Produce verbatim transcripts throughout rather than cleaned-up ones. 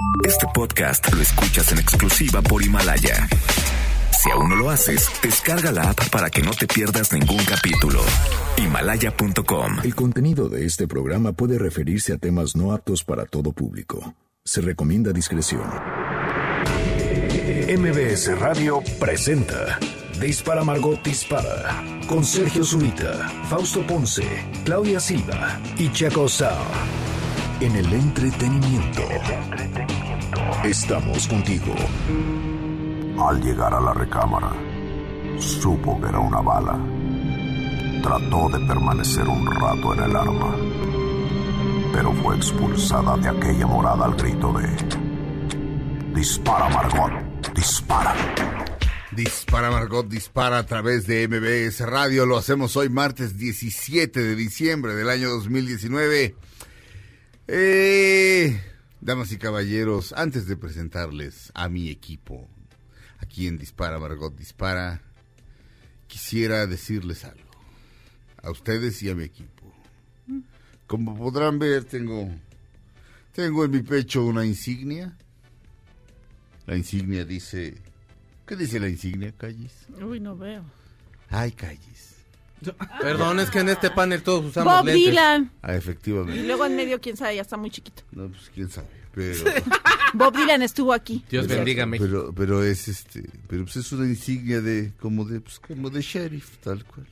Este podcast lo escuchas en exclusiva por Himalaya. Si aún no lo haces, descarga la app para que no te pierdas ningún capítulo. Himalaya punto com. El contenido de este programa puede referirse a temas no aptos para todo público. Se recomienda discreción. M B S Radio presenta Dispara Margot Dispara con Sergio Zurita, Fausto Ponce, Claudia Silva y Chaco Sound. En el entretenimiento. Estamos contigo. Al llegar a la recámara, supo que era una bala. Trató de permanecer un rato en el arma, pero fue expulsada de aquella morada al grito de: ¡Dispara, Margot! ¡Dispara! Dispara, Margot, dispara a través de M B S Radio. Lo hacemos hoy martes diecisiete de diciembre del año dos mil diecinueve. Eh, damas y caballeros, antes de presentarles a mi equipo aquí en Dispara, Margot, dispara, quisiera decirles algo a ustedes y a mi equipo. Como podrán ver, tengo, tengo en mi pecho una insignia. La insignia dice... ¿Qué dice la insignia, Callis? Uy, no veo. Ay, Callis. Perdón, es que en este panel todos usamos Bob lentes. Dylan. Ah, efectivamente. Y luego en medio, quién sabe, ya está muy chiquito. No, pues quién sabe, pero... Bob Dylan estuvo aquí. Dios bendiga a México. Pero, pero es este, pero pues es una insignia de, como de, pues como de sheriff, tal cual.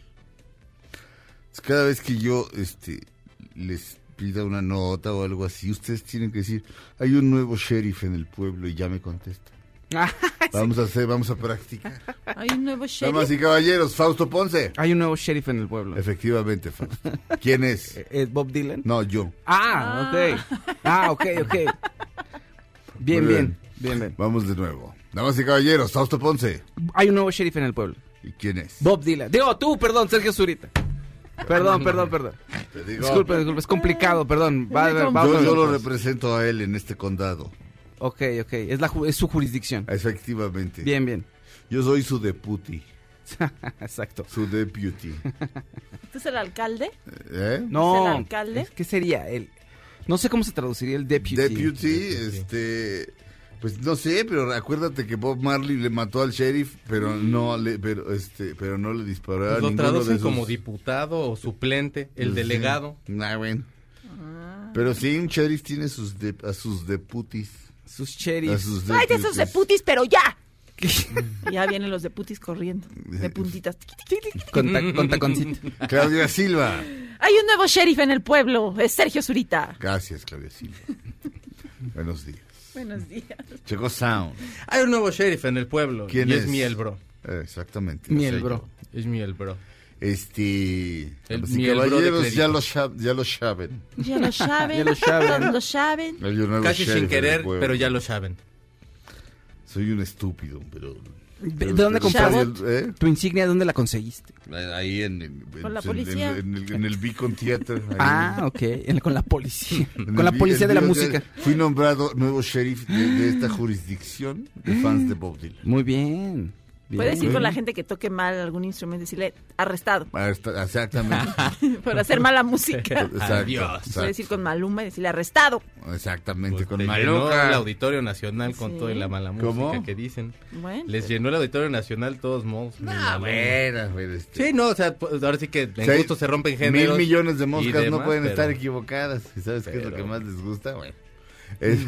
Es cada vez que yo, este, les pida una nota o algo así, ustedes tienen que decir, hay un nuevo sheriff en el pueblo, y ya me contestan. Vamos a hacer, vamos a practicar. Hay un nuevo sheriff. Damas y caballeros, Fausto Ponce. Hay un nuevo sheriff en el pueblo. Efectivamente, Fausto. ¿Quién es? ¿Es Bob Dylan? No, yo. Ah, ok. Ah, ok, ok. Bien, Muy bien, bien, bien. Vamos de nuevo. Damas y caballeros, Fausto Ponce. Hay un nuevo sheriff en el pueblo. ¿Y quién es? Bob Dylan. Digo, tú, perdón, Sergio Zurita. Perdón, perdón, perdón. Te digo, Disculpe, disculpe, es complicado, perdón. Va, Es muy va, va, yo, va, yo lo va. represento a él en este condado. Ok, ok, es, la, ju- es su jurisdicción. Efectivamente. Bien, bien. Yo soy su deputy. Exacto. Su deputy. ¿Este es el alcalde? ¿Eh? No, ¿Es el alcalde? ¿qué sería? El, no sé cómo se traduciría el deputy. Deputy, este... Pues no sé, pero acuérdate que Bob Marley le mató al sheriff, pero no le, pero este, pero no le disparó a Pues lo ninguno de traducen esos. como diputado o suplente, el Sí. delegado. Nah, bueno. Pero sí, un sheriff tiene sus de, a sus deputies. Sus A sheriffs. sus ¡Ay, de esos de deputies. putis, pero ya! Y ya vienen los de putis corriendo, de puntitas. Con, ta- con taconcito. Claudia Silva. Hay un nuevo sheriff en el pueblo, es Sergio Zurita. Gracias, Claudia Silva. Buenos días. Buenos días. Checo Sound. Hay un nuevo sheriff en el pueblo. ¿Quién y es? es Miel Bro. Eh, exactamente. Miel, o sea, bro. Es Miel Bro. Este... El damas y miel bro de caballeros, clérigo. ya lo, sab- ya lo saben. Ya lo saben, Ya lo saben. todos lo saben. Hay un nuevo Casi sheriff sin en querer, el pueblo. pero ya lo saben. Soy un estúpido, pero... ¿De, de dónde pero- compraste? ¿Eh? ¿Tu insignia dónde la conseguiste? Ahí en, en, Con la en- policía. En, en el, en el Beacon Theater. ahí. Ah, ok, en- con la policía. En Con el la Be- policía el de la Beacon música. Theater. Fui nombrado nuevo sheriff de, de esta jurisdicción de fans de Bob Dylan. Muy bien. bien. Puedes ir con la gente que toque mal algún instrumento y decirle arrestado Ah, está- Exactamente. por hacer mala música. Exacto, Adiós. exacto, Puedes ir con Maluma y decirle arrestado. exactamente, Pues con te llenó el Maluca. Auditorio Nacional con Sí. toda la mala música ¿Cómo? que dicen. Bueno, Les llenó el Auditorio Nacional todos modos. mi Ah, Maluma. bueno, pero este... Sí, no, o sea, pues, ahora sí que en Sí, gusto se rompen Mil géneros. millones de y moscas no demás, pueden pero- estar equivocadas. ¿Y sabes qué es lo pero- que más les gusta? Bueno. Es-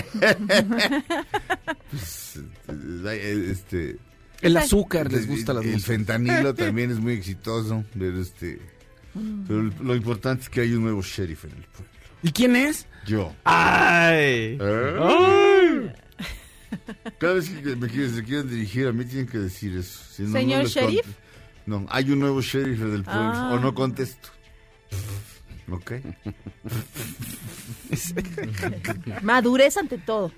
Pues, eh, este... El azúcar les gusta a las el músicas. fentanilo también es muy exitoso, pero este... Pero lo importante es que hay un nuevo sheriff en el pueblo. ¿Y quién es? Yo. ¡Ay! ¿Eh? Cada vez que me quieren, se quieren dirigir a mí tienen que decir eso. Si no, ¿Señor no les sheriff? cont- No, hay un nuevo sheriff del pueblo. Ah. O no contesto. ¿Ok? madurez ante todo.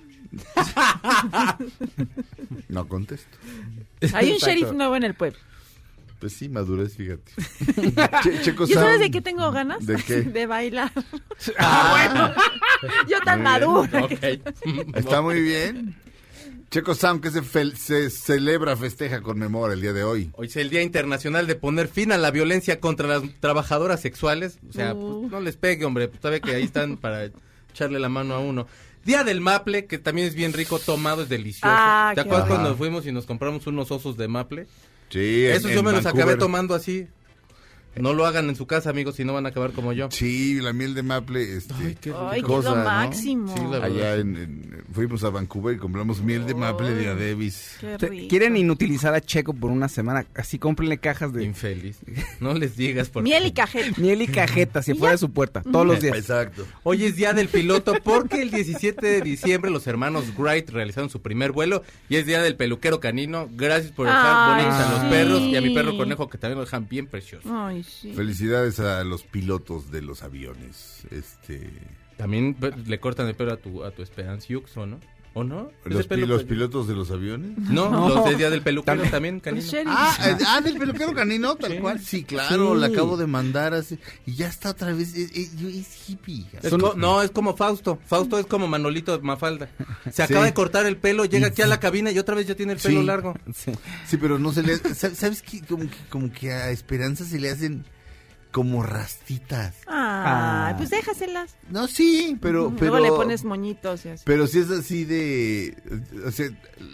No contesto. Hay un Exacto. sheriff nuevo en el pueblo. Pues sí, madurez, fíjate. Che- Checo ¿Y sabes Sound. de qué tengo ganas? ¿De qué? De bailar. Ah, Yo tan Muy bien. madura. Ok. Está muy bien. Checo Sound, que se, fel- se celebra, festeja, conmemora el día de hoy. Hoy es el Día Internacional de poner fin a la violencia contra las trabajadoras sexuales. O sea, Uh. pues, no les pegue, hombre. Pues, todavía que ahí están para echarle la mano a uno. Día del maple, que también es bien rico, tomado, es delicioso. Ah, ¿Te qué acuerdas rico. cuando fuimos y nos compramos unos osos de maple? Sí, en- Esos yo en me los Vancouver. acabé tomando así. No lo hagan en su casa, amigos, si no van a acabar como yo. Sí, la miel de maple, este, Ay, qué Ay, que es cosa, lo ¿no? máximo. Sí, la verdad. allá en, en- fuimos a Vancouver y compramos miel de maple de Davis. Qué Te- rico. ¿Quieren inutilizar a Checo por una semana? Así cómprenle cajas de Infeliz. No les digas por Miel y cajeta. miel y cajeta si fuera de su puerta, todos los días. Exacto. Hoy es día del piloto porque el diecisiete de diciembre los hermanos Wright realizaron su primer vuelo y es día del peluquero canino. Gracias por dejar Ay, bonitos a los sí. perros y a mi perro conejo que también lo dejan bien precioso. Ay, sí. Felicidades a los pilotos de los aviones. Este, También pues, le cortan el pelo a tu a tu Esperanza Yuxo, ¿no? ¿O no? ¿Ese los, pi- pelo- los pilotos de los aviones. No, No. los del día del peluquero también, El canino. sheriff. Ah, eh, ah, del peluquero canino, tal cual. Sí, claro, Sí. la acabo de mandar así. Y ya está otra vez. Es, es- es hippie. Es co- no, es como Fausto. Fausto es como Manolito Mafalda. Se acaba Sí. de cortar el pelo, llega aquí a la cabina y otra vez ya tiene el pelo Sí. largo. Sí. Sí, pero no se le. sa- ¿Sabes qué? Como que, como que a Esperanza se le hacen como rastitas. Ay, Ah. pues déjaselas. No, sí, pero. pero Luego le pones moñitos y así. Pero si es así de. O sea,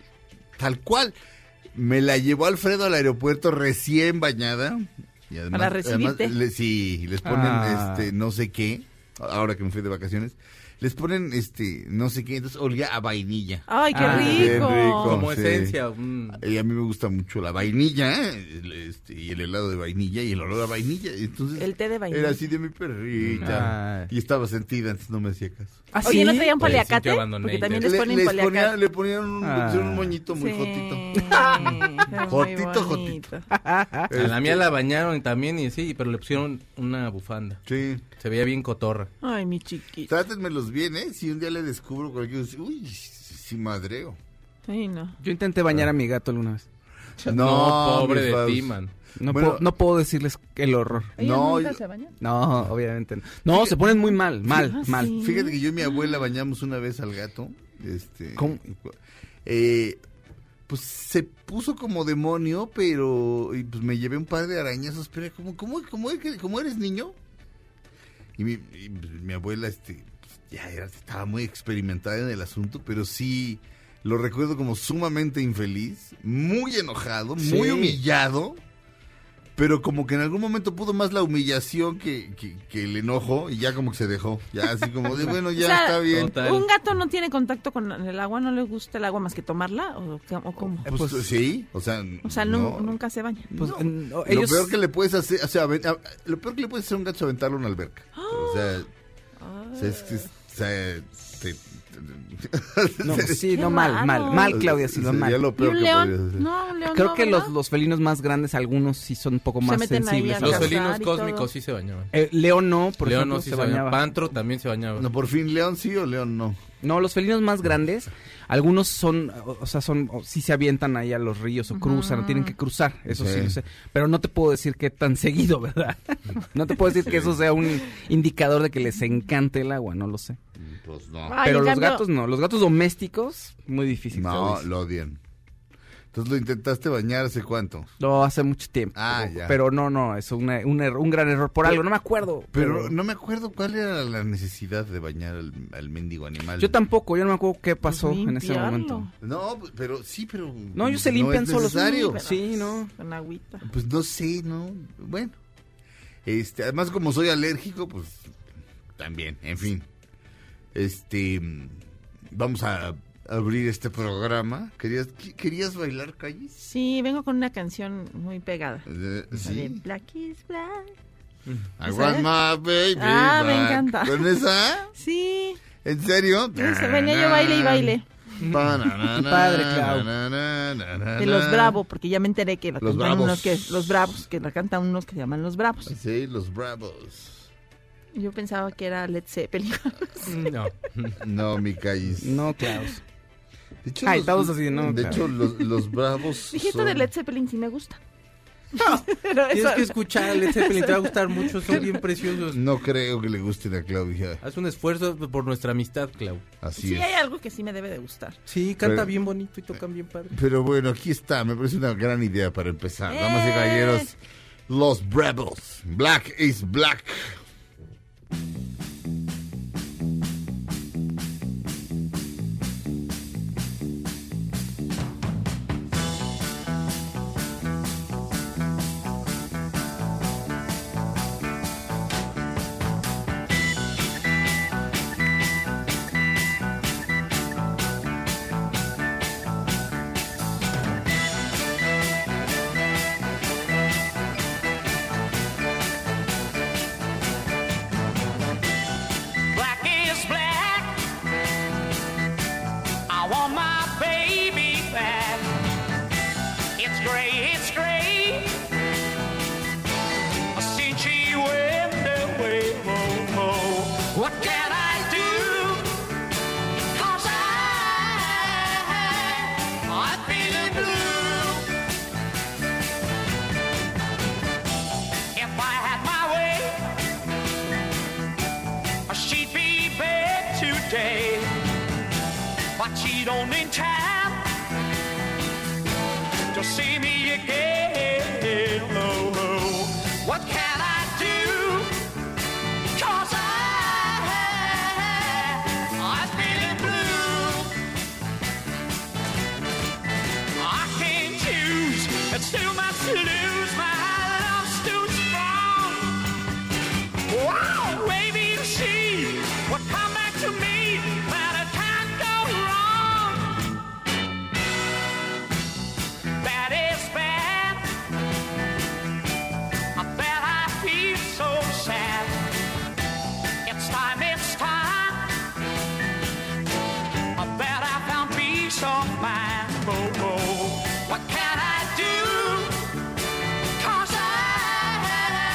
tal cual. Me la llevó Alfredo al aeropuerto recién bañada. Y además, Para recibirte. además, le- sí, les ponen Ah. este no sé qué. Ahora que me fui de vacaciones. Les ponen este no sé qué. Entonces olía a vainilla. Ay, qué Ah, rico. bien rico. Como Sí. esencia. mm. Y a mí me gusta mucho la vainilla, ¿eh? El, este, y el helado de vainilla y el olor a vainilla. Entonces, El té de vainilla. era así de mi perrita. Ay. Y estaba sentida, entonces no me hacía caso. ¿Ah, Oye, ¿no sí? traían Pues, paliacate? sintió abandonada. Porque también les Le, ponen les paliacate. ponía- le ponían un, Ah. le pusieron un moñito muy Sí, jotito. muy Jotito, bonito. A la mía la bañaron también y sí, pero le pusieron una bufanda. Sí. Se veía bien cotorra. Ay, mi chiquito. Trátenmelos bien, ¿eh? Si un día le descubro cualquier cosa, uy, sí madreo. Ay, no. Yo intenté bañar a mi gato alguna vez. No, pobre mi de Faust. ti, man. No, Bueno. puedo, no puedo decirles el horror. ¿Ellos No, nunca yo- se bañan? No, obviamente no. No, se ponen muy mal, mal, Ah, mal. sí. Fíjate que yo y mi abuela bañamos una vez al gato. Este, ¿Cómo? Eh, pues se puso como demonio, pero y pues me llevé un par de arañazos. Pero como, ¿cómo, cómo, eres- cómo eres niño? Y mi, y, pues, mi abuela, este, pues, ya era, estaba muy experimentada en el asunto, pero sí lo recuerdo como sumamente infeliz, muy enojado, muy Sí. humillado. Pero como que en algún momento pudo más la humillación que, que, que el enojo y ya como que se dejó. Ya así como de, bueno, ya O sea, está bien. Total. ¿Un gato no tiene contacto con el agua? ¿No le gusta el agua más que tomarla? ¿O, qué- o cómo? Eh, Pues, pues- sí, o sea, O sea, no. nu- nunca se baña. Pues, No. no, Lo ellos... peor que le puedes hacer, o sea, aven- a- lo peor que le puedes hacer a un gato es aventarlo a una alberca. O sea, o sea, es que, es- o sea, te- te- No, sí, Qué no, mal, raro. mal, mal, Claudia, sí, sería mal. lo ¿Y peor un que podrías león? hacer. No, un león Creo no, que los, ¿verdad? los felinos más grandes, algunos sí son un poco Se más meten ahí sensibles. a a Los cazar las- felinos y todo. cósmicos sí se bañaban. Eh, León no, por León ejemplo, no sí se se bañaba. bañaba. Pantro también se bañaba. No, por fin, León sí o León no. No, los felinos más grandes, algunos son, o o sea, son, o sí se avientan ahí a los ríos o cruzan, o tienen que cruzar, eso sí. Sí. lo sé. Pero no te puedo decir que tan seguido, ¿verdad? No te puedo decir que eso sea un indicador de que les encante el agua, no lo sé. Pues no. Ay, Pero en los cambio- gatos no, los gatos domésticos, muy difícil. No, Claudia. lo odian. Entonces lo intentaste bañar hace cuánto. No, hace mucho tiempo. Ah, pero, ya. pero no, no, es una- un, error- un gran error por algo, no me acuerdo. Pero no me acuerdo cuál era la necesidad de bañar al, al mendigo animal. Yo tampoco, yo no me acuerdo qué Pues pasó en ese limpiarlo. momento. No, pues, pero sí, pero... No, ellos se limpian es solos. necesario. Pero, Sí, no. Con agüita. Pues no sé, ¿no? Bueno. Este, además como soy alérgico, pues también, en fin. Este, vamos a abrir este programa. ¿Querías, qu- ¿querías bailar, Calles? Sí, vengo con una canción muy pegada. Eh, La de sí. Black is Black. I ¿Esa want es? my baby Ah, me back. encanta. ¿Con esa? Sí. ¿En serio? Esa, venía yo baile y baile. Padre, Clau. De los Bravo, porque ya me enteré que la Los cantan Bravos. unos que... Los Bravos, que la cantan unos que se llaman Los Bravos. Sí, los Bravos. Yo pensaba que era Led Zeppelin. No. No, mi Calles. No, Klaus. De hecho, Ay, los- estamos así, ¿no? De Claro. hecho, los, los Bravos Dije, esto son- de Led Zeppelin sí me gusta. Pero Tienes eso- que escuchar a Led Zeppelin, te va a gustar mucho, son bien preciosos. No creo que le gusten a Claudia. Haz un esfuerzo por nuestra amistad, Clau. Así Sí es. hay algo que sí me debe de gustar. Sí, canta Pero- bien bonito y tocan bien padre. Pero bueno, aquí está. Me parece una gran idea para empezar. Damas y ¡Eh! caballeros, los Bravos. Black is Black. Watch it on in time to see me again. Oh, oh. What can I do? 'Cause I, I'm feeling blue. I can't choose, it's too much to lose. My love's too strong. Wow, baby, to see what come back to me, but it can't go wrong. That is bad. I bet I feel so sad. It's time, it's time. I bet I found peace of mind. Oh, oh. What can I do? 'Cause I,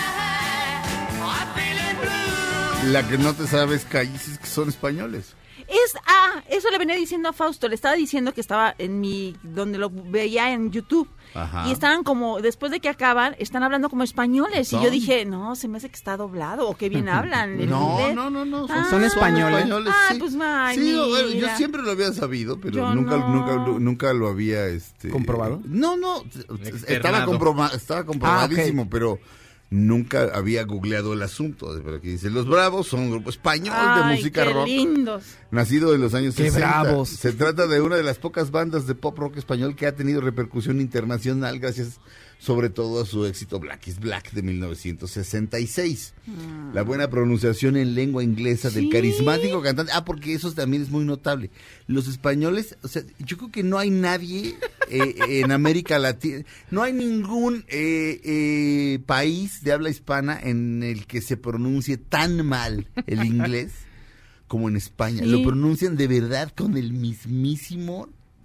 I'm feeling blue. La que no te sabes calles es que son españoles. Es, ah, eso le venía diciendo a Fausto, le estaba diciendo que estaba en mi, donde lo veía en YouTube. Ajá. Y estaban como, después de que acaban, están hablando como españoles. ¿Son? Y yo dije, no, se me hace que está doblado, o qué bien hablan. el No, inglés. no, no, no. Son, Ah, son españoles. Ay, sí. pues, ay, Sí, no, bueno, yo mira. siempre lo había sabido, pero Yo nunca, no. nunca, nunca lo había, este... ¿Comprobado? No, no, estaba, Externado. comproma- estaba comprobadísimo, Ah, ok. pero nunca había googleado el asunto. Pero aquí dice, Los Bravos son un grupo español de Ay, música qué rock. lindos. Nacido en los años ¡Qué sesenta. bravos! Se trata de una de las pocas bandas de pop rock español que ha tenido repercusión internacional gracias sobre todo a su éxito Black is Black de mil novecientos sesenta y seis. La buena pronunciación en lengua inglesa del Sí. carismático cantante. Ah, porque eso también es muy notable. Los españoles, o sea, yo creo que no hay nadie eh, en América Latina, no hay ningún eh, eh, país de habla hispana en el que se pronuncie tan mal el inglés como en España. Sí. Lo pronuncian de verdad con el mismísimo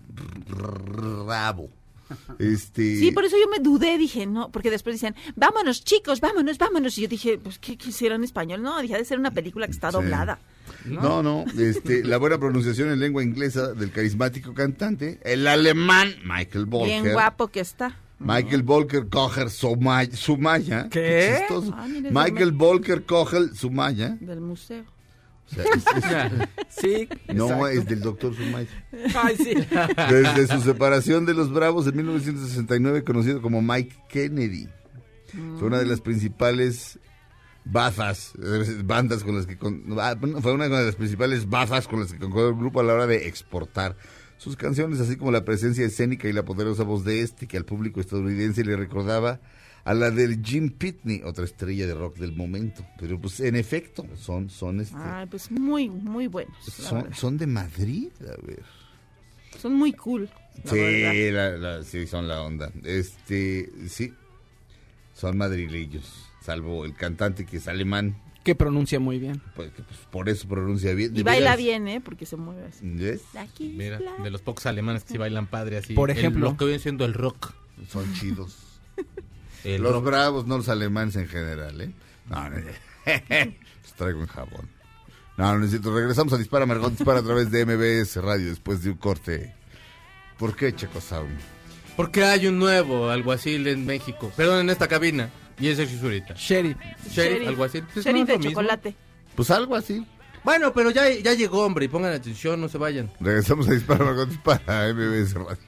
rabo. Este... Sí, por eso yo me dudé, dije, no, porque después dicen, vámonos chicos, vámonos, vámonos. Y yo dije, pues, ¿qué quisiera en español? No, dije, ha de ser una película que está Sí. doblada. No, no, este, la buena pronunciación en lengua inglesa del carismático cantante, el alemán Michael Bolker. Bien guapo que está. Michael Bolker Kocher Sumaya. Sumaya. ¿Qué? chistoso. Ah, mira, es Michael broma. Bolker Kocher Sumaya. Del museo. O sea, es- es- Sí. no, exacto. es del doctor Sumaya. Ay, sí. Desde su separación de los Bravos en mil novecientos sesenta y nueve, conocido como Mike Kennedy. Fue una de las principales bazas, eh, bandas con las que... Con, ah, fue una de las principales bazas con las que concordó el grupo a la hora de exportar sus canciones, así como la presencia escénica y la poderosa voz de este, que al público estadounidense le recordaba a la del Jim Pitney, otra estrella de rock del momento. Pero pues en efecto, son, son este... Ay, pues muy, muy buenos. la son, verdad. son de Madrid, a ver. Son muy cool. la Sí, verdad. la, la- sí, son la onda. Este, sí, son madrileños, salvo el cantante que es alemán, Que pronuncia muy bien. pues, que, pues, por eso pronuncia bien. Y ¿De baila veras? bien, ¿eh? Porque se mueve así. ¿Ves? Aquí, Mira, bla. de los pocos alemanes que sí bailan padre así. Por El- ejemplo. lo que viene siendo el rock. Son chidos. El los rock. bravos, no los alemanes en general, ¿eh? No, no, los traigo en jabón. No, no necesito. Regresamos a Dispara, Margot Dispara a través de M B S Radio después de un corte. ¿Por qué, Checo Sound? Porque hay un nuevo alguacil en México. Perdón, en esta cabina. Y es Sergio Zurita. Sheriff. Sheriff, alguacil. Pues, Sheriff no es de lo mismo. chocolate. Pues algo así. Bueno, pero ya, ya llegó, hombre. Y pongan atención, no se vayan. Regresamos a Dispara, Margot Dispara a M B S Radio.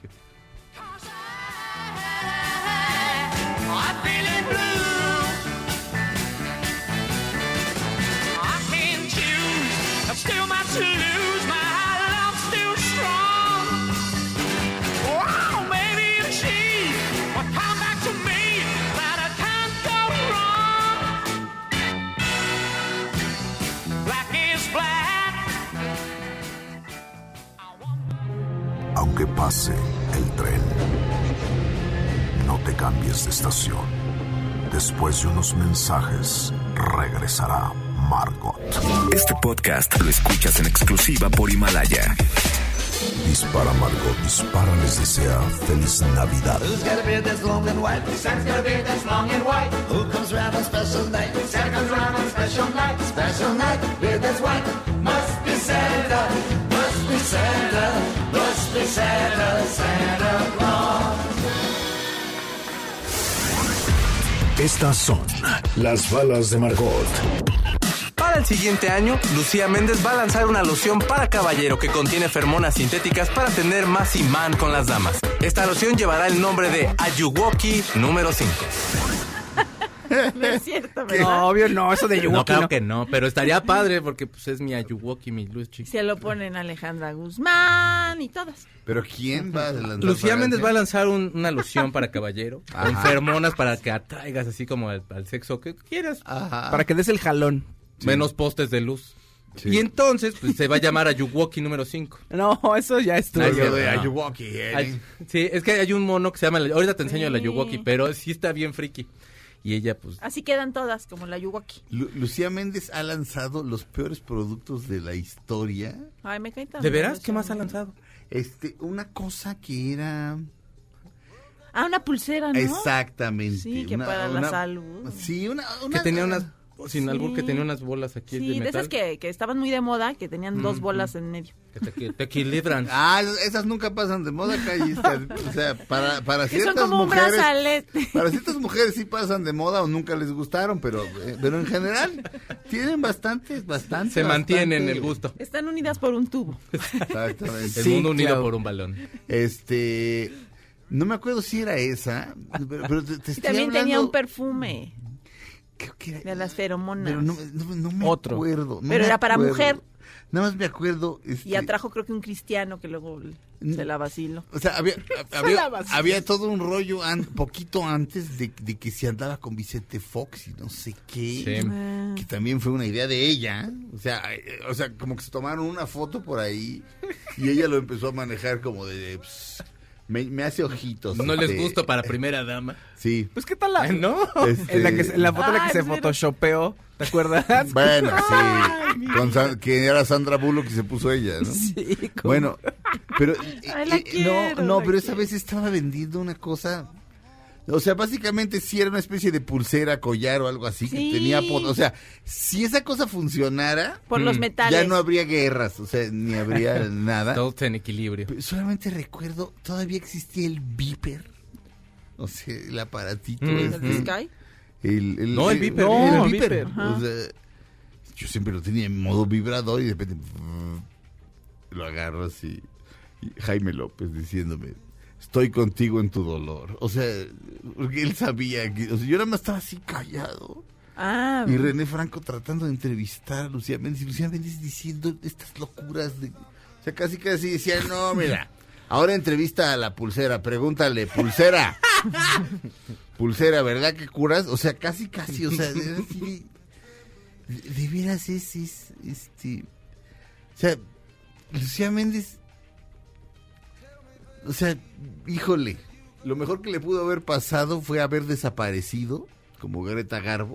I'm feeling blue. I can't choose. I've still much to lose. My love's still strong. Wow, maybe it's she will come back to me, but I can't go wrong. Black is black. Aunque pase el tren, no te cambies de estación. Después de unos mensajes, regresará Margot. Este podcast lo escuchas en exclusiva por Himalaya. Dispara Margot, dispara les desea feliz Navidad. Who's got a beard that's long and white? Santa's got a beard that's long and white. Who comes round on special night? Santa comes round on special night. Special night, beard that's white. Must be Santa, must be Santa, must be Santa, Santa Claus. Estas son las balas de Margot. Para el siguiente año, Lucía Méndez va a lanzar una loción para caballero que contiene feromonas sintéticas para tener más imán con las damas. Esta loción llevará el nombre de Ayuwoki número cinco. No es cierto, ¿verdad? No, obvio no, eso de No, Ayuwoki claro no. que no, pero estaría padre porque pues es mi Ayuwoki, mi Luchi. Se lo ponen Alejandra Guzmán y todas. ¿Pero quién va a lanzar? Lucía Méndez fragancia? va a lanzar un- una loción para caballero, con Ajá. feromonas para que atraigas así como al, al sexo que quieras. Ajá. Para que des el jalón. Menos postes de luz. Sí. Y entonces pues se va a llamar Ayuwoki número cinco. No, eso ya estuvo. Ay, Lo cierto, de no. Ayuwoki, ¿eh? Ay, sí, es que hay un mono que se llama, ahorita te enseño Sí. la Ayuwoki, pero sí está bien friki. Y ella pues... Así quedan todas, como la Yuwaki. Lu- Lucía Méndez ha lanzado los peores productos de la historia. Ay, me cae tan ¿De bien veras? eso. ¿Qué más ha lanzado? Este, una cosa que era... Ah, una pulsera, ¿no? Exactamente. Sí, que una- para la una- salud. Sí, una... Que una- tenía unas, sin Sí. albur, que tenía unas bolas aquí Sí, de de, metal. esas que, que estaban muy de moda, que tenían dos Ujú. bolas en medio. Que te, que te equilibran. Ah, esas nunca pasan de moda, callista. O sea, para, para Que son ciertas como un mujeres... brazalete. Para ciertas mujeres sí pasan de moda o nunca les gustaron, pero, eh, pero en general tienen bastantes, bastante. Se mantienen bastante- el gusto. Están unidas por un tubo. Exactamente. El Sí, mundo unido claro. por un balón. Este, no me acuerdo si era esa, pero, pero te, te Y estoy también hablando- tenía un perfume creo que era- de las feromonas. pero no, no, no me Otro. acuerdo. no Pero me era para acuerdo. mujer. Nada más me acuerdo. Este, Y atrajo creo que un cristiano que luego Mm. se la vaciló. O sea, había, había, había todo un rollo an- poquito antes de, de que se andaba con Vicente Fox y no sé qué. Sí. Ah. Que también fue una idea de ella. O sea, eh, o sea, como que se tomaron una foto por ahí y ella lo empezó a manejar como de... "Ps, me, me hace ojitos. No les este, gusto para primera dama. Sí. Pues qué tal la... Ay, ¿no? Este, En la, que, se- en la foto en la Ay, que se ¿en serio? photoshopeó, ¿te acuerdas? Bueno, sí. Con San- que era Sandra Bullock y se puso ella, ¿no? Sí, como- Bueno, pero... Ay, la eh, quiero, no, no, la pero esa quiero. vez estaba vendiendo una cosa... O sea, básicamente sí era una especie de pulsera, collar o algo así Sí. que tenía... po- O sea, si esa cosa funcionara, Por los Mm. metales. ya no habría guerras, o sea, ni habría nada. Todo en equilibrio. Pero solamente recuerdo, todavía existía el Viper. O sea, el aparatito Mm. ¿El este. de Sky? El, el- No, el el- Viper. No, el el Viper. Viper. O sea, yo siempre lo tenía en modo vibrador y de repente lo agarro así. Y Jaime López diciéndome, estoy contigo en tu dolor. O sea, porque él sabía que... O sea, yo nada más estaba así callado. Ah, Y René Franco tratando de entrevistar a Lucía Méndez. Y Lucía Méndez diciendo estas locuras de... O sea, casi casi decía, no, mira, ahora entrevista a la pulsera, pregúntale, pulsera. Pulsera, ¿verdad que curas? O sea, casi casi, o sea, de, así de, de- de veras es, es, este... O sea, Lucía Méndez... O sea, híjole, lo mejor que le pudo haber pasado fue haber desaparecido, como Greta Garbo.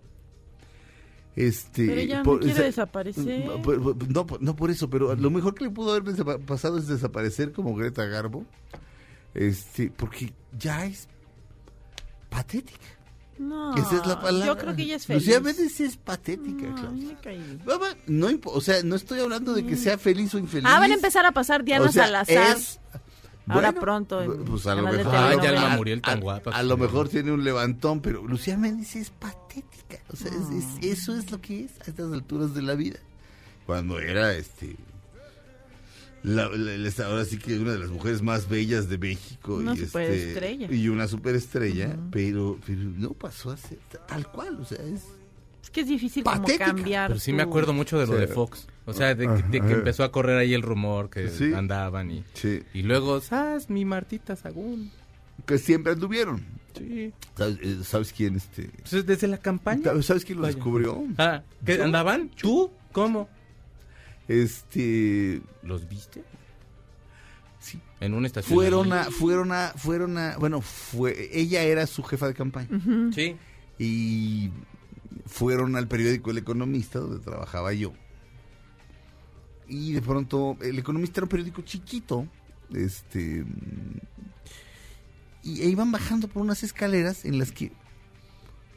Este, Pero ella no por- quiere o sea, desaparecer. por- por- No, por- no por eso, pero lo mejor que le pudo haber desapa- pasado es desaparecer como Greta Garbo. Este, porque ya es patética. No, Esa es la palabra. yo creo que ella es feliz. Lucía Méndez es patética, No, a Klaus. mí me cae bien. Mamá, no, impo- o sea, no estoy hablando de que sea feliz o infeliz. Ah, van a empezar a pasar Diana O sea, Salazar. es- Ahora bueno, pronto en pues a lo canal de mejor, Ay, telenovela. ya Alma a- Muriel tan a- guapa. A lo mejor tiene un levantón, pero Lucía Méndez es patética. O sea, es- es- eso es lo que es a estas alturas de la vida. Cuando era, este... La, la- la- ahora sí que una de las mujeres más bellas de México. Una y este, superestrella. y una superestrella, Ujú. pero, pero no pasó a ser ta- tal cual. O sea, es... Es que es difícil Patética. como cambiar. Pero sí tu- me acuerdo mucho de lo Sí. de Fox. O sea, de, que- de que Ajá. empezó a correr ahí el rumor que Sí. andaban y... Sí. Y luego, ¿sabes? Mi Martita Sagún. Que siempre anduvieron. Sí. ¿Sabes, eh, ¿sabes quién? Este... Entonces, desde la campaña. ¿Sabes quién lo Vaya. descubrió? Ah, ¿qué, Yo. ¿andaban? ¿Tú? ¿Cómo? Este... ¿Los viste? Sí. En una estación. Fueron a, fueron a, fueron a, bueno, fue, ella era su jefa de campaña Ujú. Sí. y fueron al periódico El Economista, donde trabajaba yo. Y de pronto, El Economista era un periódico chiquito, este, y e iban bajando por unas escaleras en las que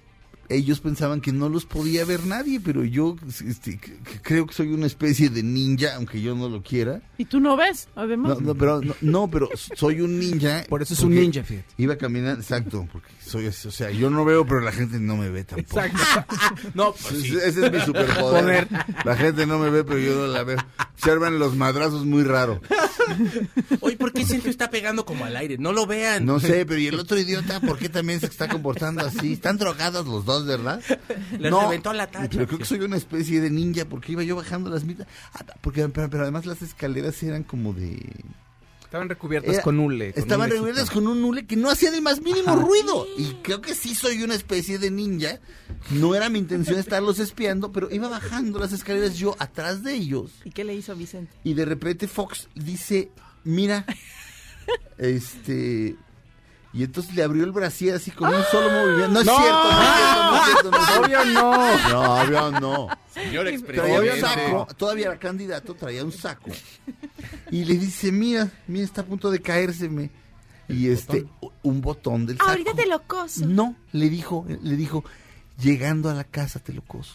ellos pensaban que no los podía ver nadie, pero yo este, c- c- creo que soy una especie de ninja, aunque yo no lo quiera. ¿Y tú no ves, además? No, no, pero, no, no, pero soy un ninja. Por eso es un porque ninja, fíjate. Iba caminando, exacto, porque soy así, o sea, yo no veo, pero la gente no me ve tampoco. No, pues Ese, sí. ese es mi superpoder. La gente no me ve, pero yo no la veo. Observan los madrazos muy raro. Oye, ¿por qué Sergio está pegando como al aire? No lo vean. No sé, pero ¿y el otro idiota por qué también se está comportando así? Están drogados los dos, ¿verdad? Les reventó la tacha. Pero creo que soy una especie de ninja porque iba yo bajando las mitad. Ah, porque, pero, pero además las escaleras eran como de... Estaban recubiertas Era- con hule. con Estaban hulecito. recubiertas con un hule que no hacía el más mínimo ruido. Y creo que sí soy una especie de ninja. No era mi intención estarlos espiando, pero iba bajando las escaleras yo atrás de ellos. ¿Y qué le hizo Vicente? Y de repente Fox dice, mira, este... Y entonces le abrió el brasier así con un solo movimiento. No es ¡No! cierto, no es cierto, no es cierto. No es cierto. Obvio no. No, obvio no. Señor Traía un expresidente. saco, todavía era candidato, traía un saco. Y le dice, mira, mira, está a punto de caérseme. Y este, un botón del saco. Ahorita te lo coso. No, le dijo, le dijo, llegando a la casa te lo coso.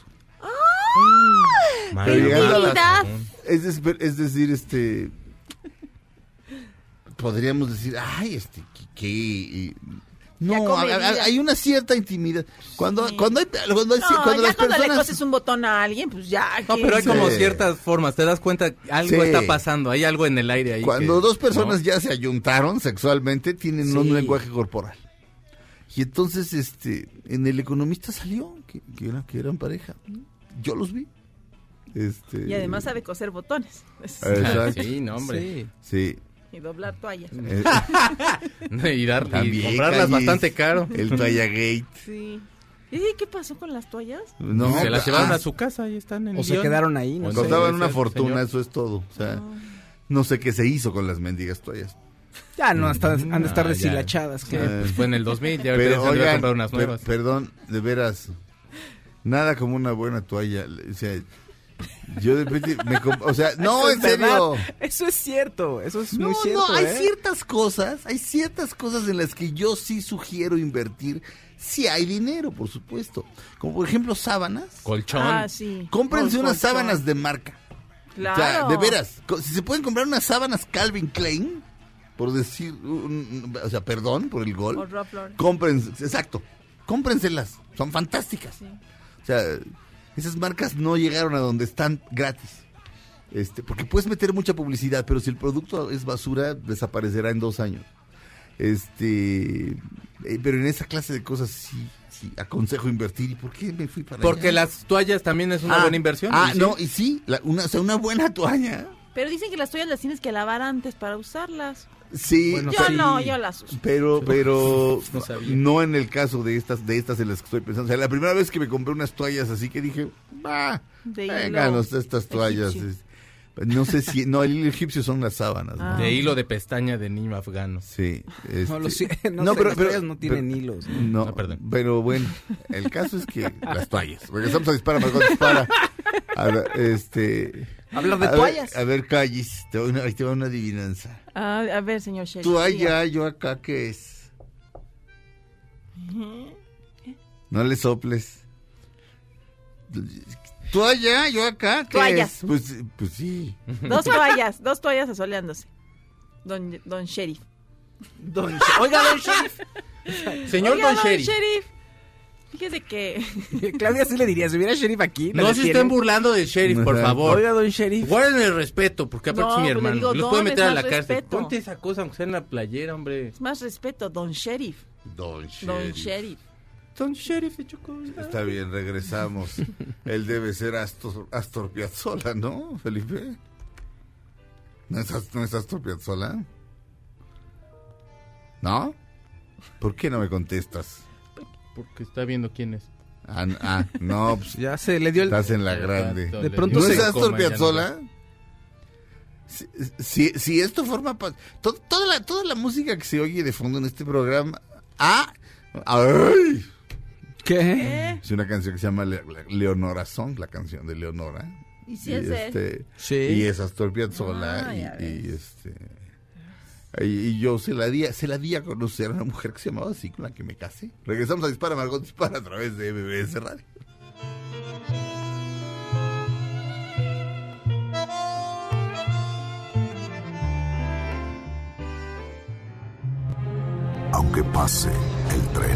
Madre Pero llegando a la- Intimidad. Es, des- es decir, este, podríamos decir, ay, este, que, que- no, Ya come a- a- vida. hay una cierta intimidad. Cuando, Sí. cuando hay, cuando, hay- No, cuando ya las cuando le personas, coses un botón a alguien, pues ya. No, que- pero hay Sí. como ciertas formas. Te das cuenta, algo Sí. está pasando. Hay algo en el aire ahí. cuando que- dos personas ¿no? ya se ayuntaron sexualmente, tienen un Sí. lenguaje corporal. Y entonces, este, en El Economista salió que, que, era- que eran pareja. Yo los vi. Este, Y además sabe coser botones. Es- Exacto. Sí, no, hombre. Sí. Y doblar toallas. Eh, Y, dar, y También, comprarlas Callis. bastante caro. El Toalla Gate. Sí. ¿Y qué pasó con las toallas? No, Se las ah, llevaron a su casa y están en O el se guión. quedaron ahí, no O sé. sea, costaban debe una ser, fortuna, señor. eso es todo. O sea, no sé qué se hizo con las mendigas toallas. Ya no, hasta, han de estar Ah, ya. deshilachadas. Sí, que- pues fue en el dos mil, ya Pero, pero, a oigan, comprar unas per- nuevas. perdón, de veras, nada como una buena toalla. O sea, yo de repente me comp- o sea, no, Eso en es serio. verdad. Eso es cierto, eso es No, muy cierto. no, hay ¿eh? ciertas cosas, hay ciertas cosas en las que yo sí sugiero invertir. Si hay dinero, por supuesto. Como por ejemplo sábanas. Colchón. Ah, sí. Cómprense Con unas colchón. sábanas de marca. Claro. O sea, de veras, co- si se pueden comprar unas sábanas Calvin Klein, por decir, un- o sea, perdón por el O gol, Ralph Lauren. cómprense, exacto, cómprenselas, son fantásticas. Sí. O sea, esas marcas no llegaron a donde están gratis. Este, porque puedes meter mucha publicidad, pero si el producto es basura, desaparecerá en dos años. Este, eh, pero en esa clase de cosas sí, sí aconsejo invertir. ¿Y por qué me fui para Porque allá? las toallas también es una Ah, buena inversión. Ah, ¿y sí? no, y sí, la- una, o sea, una buena toalla. Pero dicen que las toallas las tienes que lavar antes para usarlas. Sí, Bueno, Yo sí. no, yo las uso. pero, pero No sabía. no en el caso de estas, de estas en las que estoy pensando. O sea, la primera vez que me compré unas toallas así que dije, ah, De vengan hilo estas toallas. egipcio. es- No sé si, no, el hilo egipcio son las sábanas. ¿no? Ah. De hilo de pestaña de niño afgano. Sí. No, este- lo sé, no, No, sé, pero- las pero- toallas no tienen pero- hilos. No, Ah, perdón. pero bueno, el caso es que las toallas. Regresamos a Dispara, Margot Dispara. A ver, este... Hablar de a ver- toallas. a ver, Callis, te va una, ahí te va una adivinanza. Ah, a ver, señor Sheriff. Tú diga. allá, yo acá, ¿qué es? No le soples. Tú allá, yo acá, ¿qué Toallas. es? Pues, pues sí. Dos toallas, dos toallas asoleándose. Don, don Sheriff. Don- Oiga, don Sheriff. Señor Oiga, Don Sherry. Sheriff. Fíjese que... Claudia sí le diría, si hubiera sheriff aquí. No la se detiene. estén burlando del sheriff, por Exacto. favor. Oiga, don sheriff. Guarden el respeto, porque aparte No, es mi pues le hermano. digo, Los don, puede meter es a la más cárcel. respeto. Ponte esa cosa, aunque sea en la playera, hombre. Es más respeto, don Sheriff. Don Don Sheriff. Don Sheriff de Chocolate. Está bien, regresamos. Él debe ser Astor, Astor Piazzolla, ¿no, Felipe? ¿No es, Ast- no es Astor Piazzolla? ¿No? ¿Por qué no me contestas? Porque está viendo quién es. Ah, n- ah, no, pues Ya se le dio el... estás en la grande. Exacto, De le pronto ¿No dio es se un Astor coma, ya no Piazzolla? Si, si, si esto forma parte... to- toda, la, toda la música que se oye de fondo en este programa... ¡Ah! ¡Ay! ¿Qué? ¿Eh? Es una canción que se llama Le- Le- Leonora Song, la canción de Leonora. ¿Y si es de él? este, Sí. Y es Astor Piazzolla Ah, y, ya y ves. este Y, y yo se la, di, se la di a conocer a una mujer que se llamaba así, con la que me casé. Regresamos a Dispara, Margot Dispara a través de M B S Radio. Aunque pase el tren,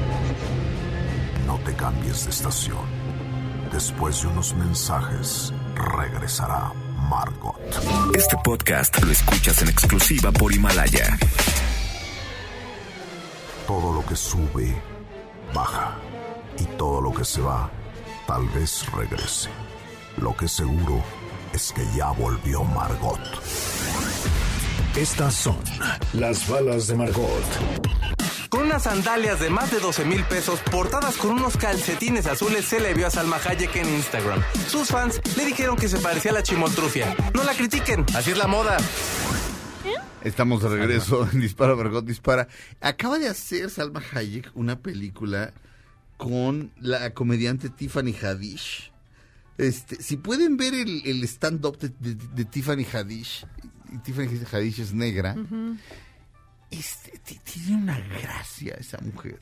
no te cambies de estación. Después de unos mensajes, regresará Margot. Este podcast lo escuchas en exclusiva por Himalaya. Todo lo que sube, baja. Y todo lo que se va, tal vez regrese. Lo que seguro es que ya volvió Margot. Estas son las balas de Margot. Con unas sandalias de más de doce mil pesos, portadas con unos calcetines azules, se le vio a Salma Hayek en Instagram. Sus fans le dijeron que se parecía a la chimoltrufia. No la critiquen, así es la moda. Estamos de regreso en Dispara, Margot Dispara. Acaba de hacer Salma Hayek una película con la comediante Tiffany Haddish. Este, si pueden ver el, el stand-up de, de, de Tiffany Haddish, y Tiffany Haddish es negra, uh-huh. este, t- tiene una gracia esa mujer.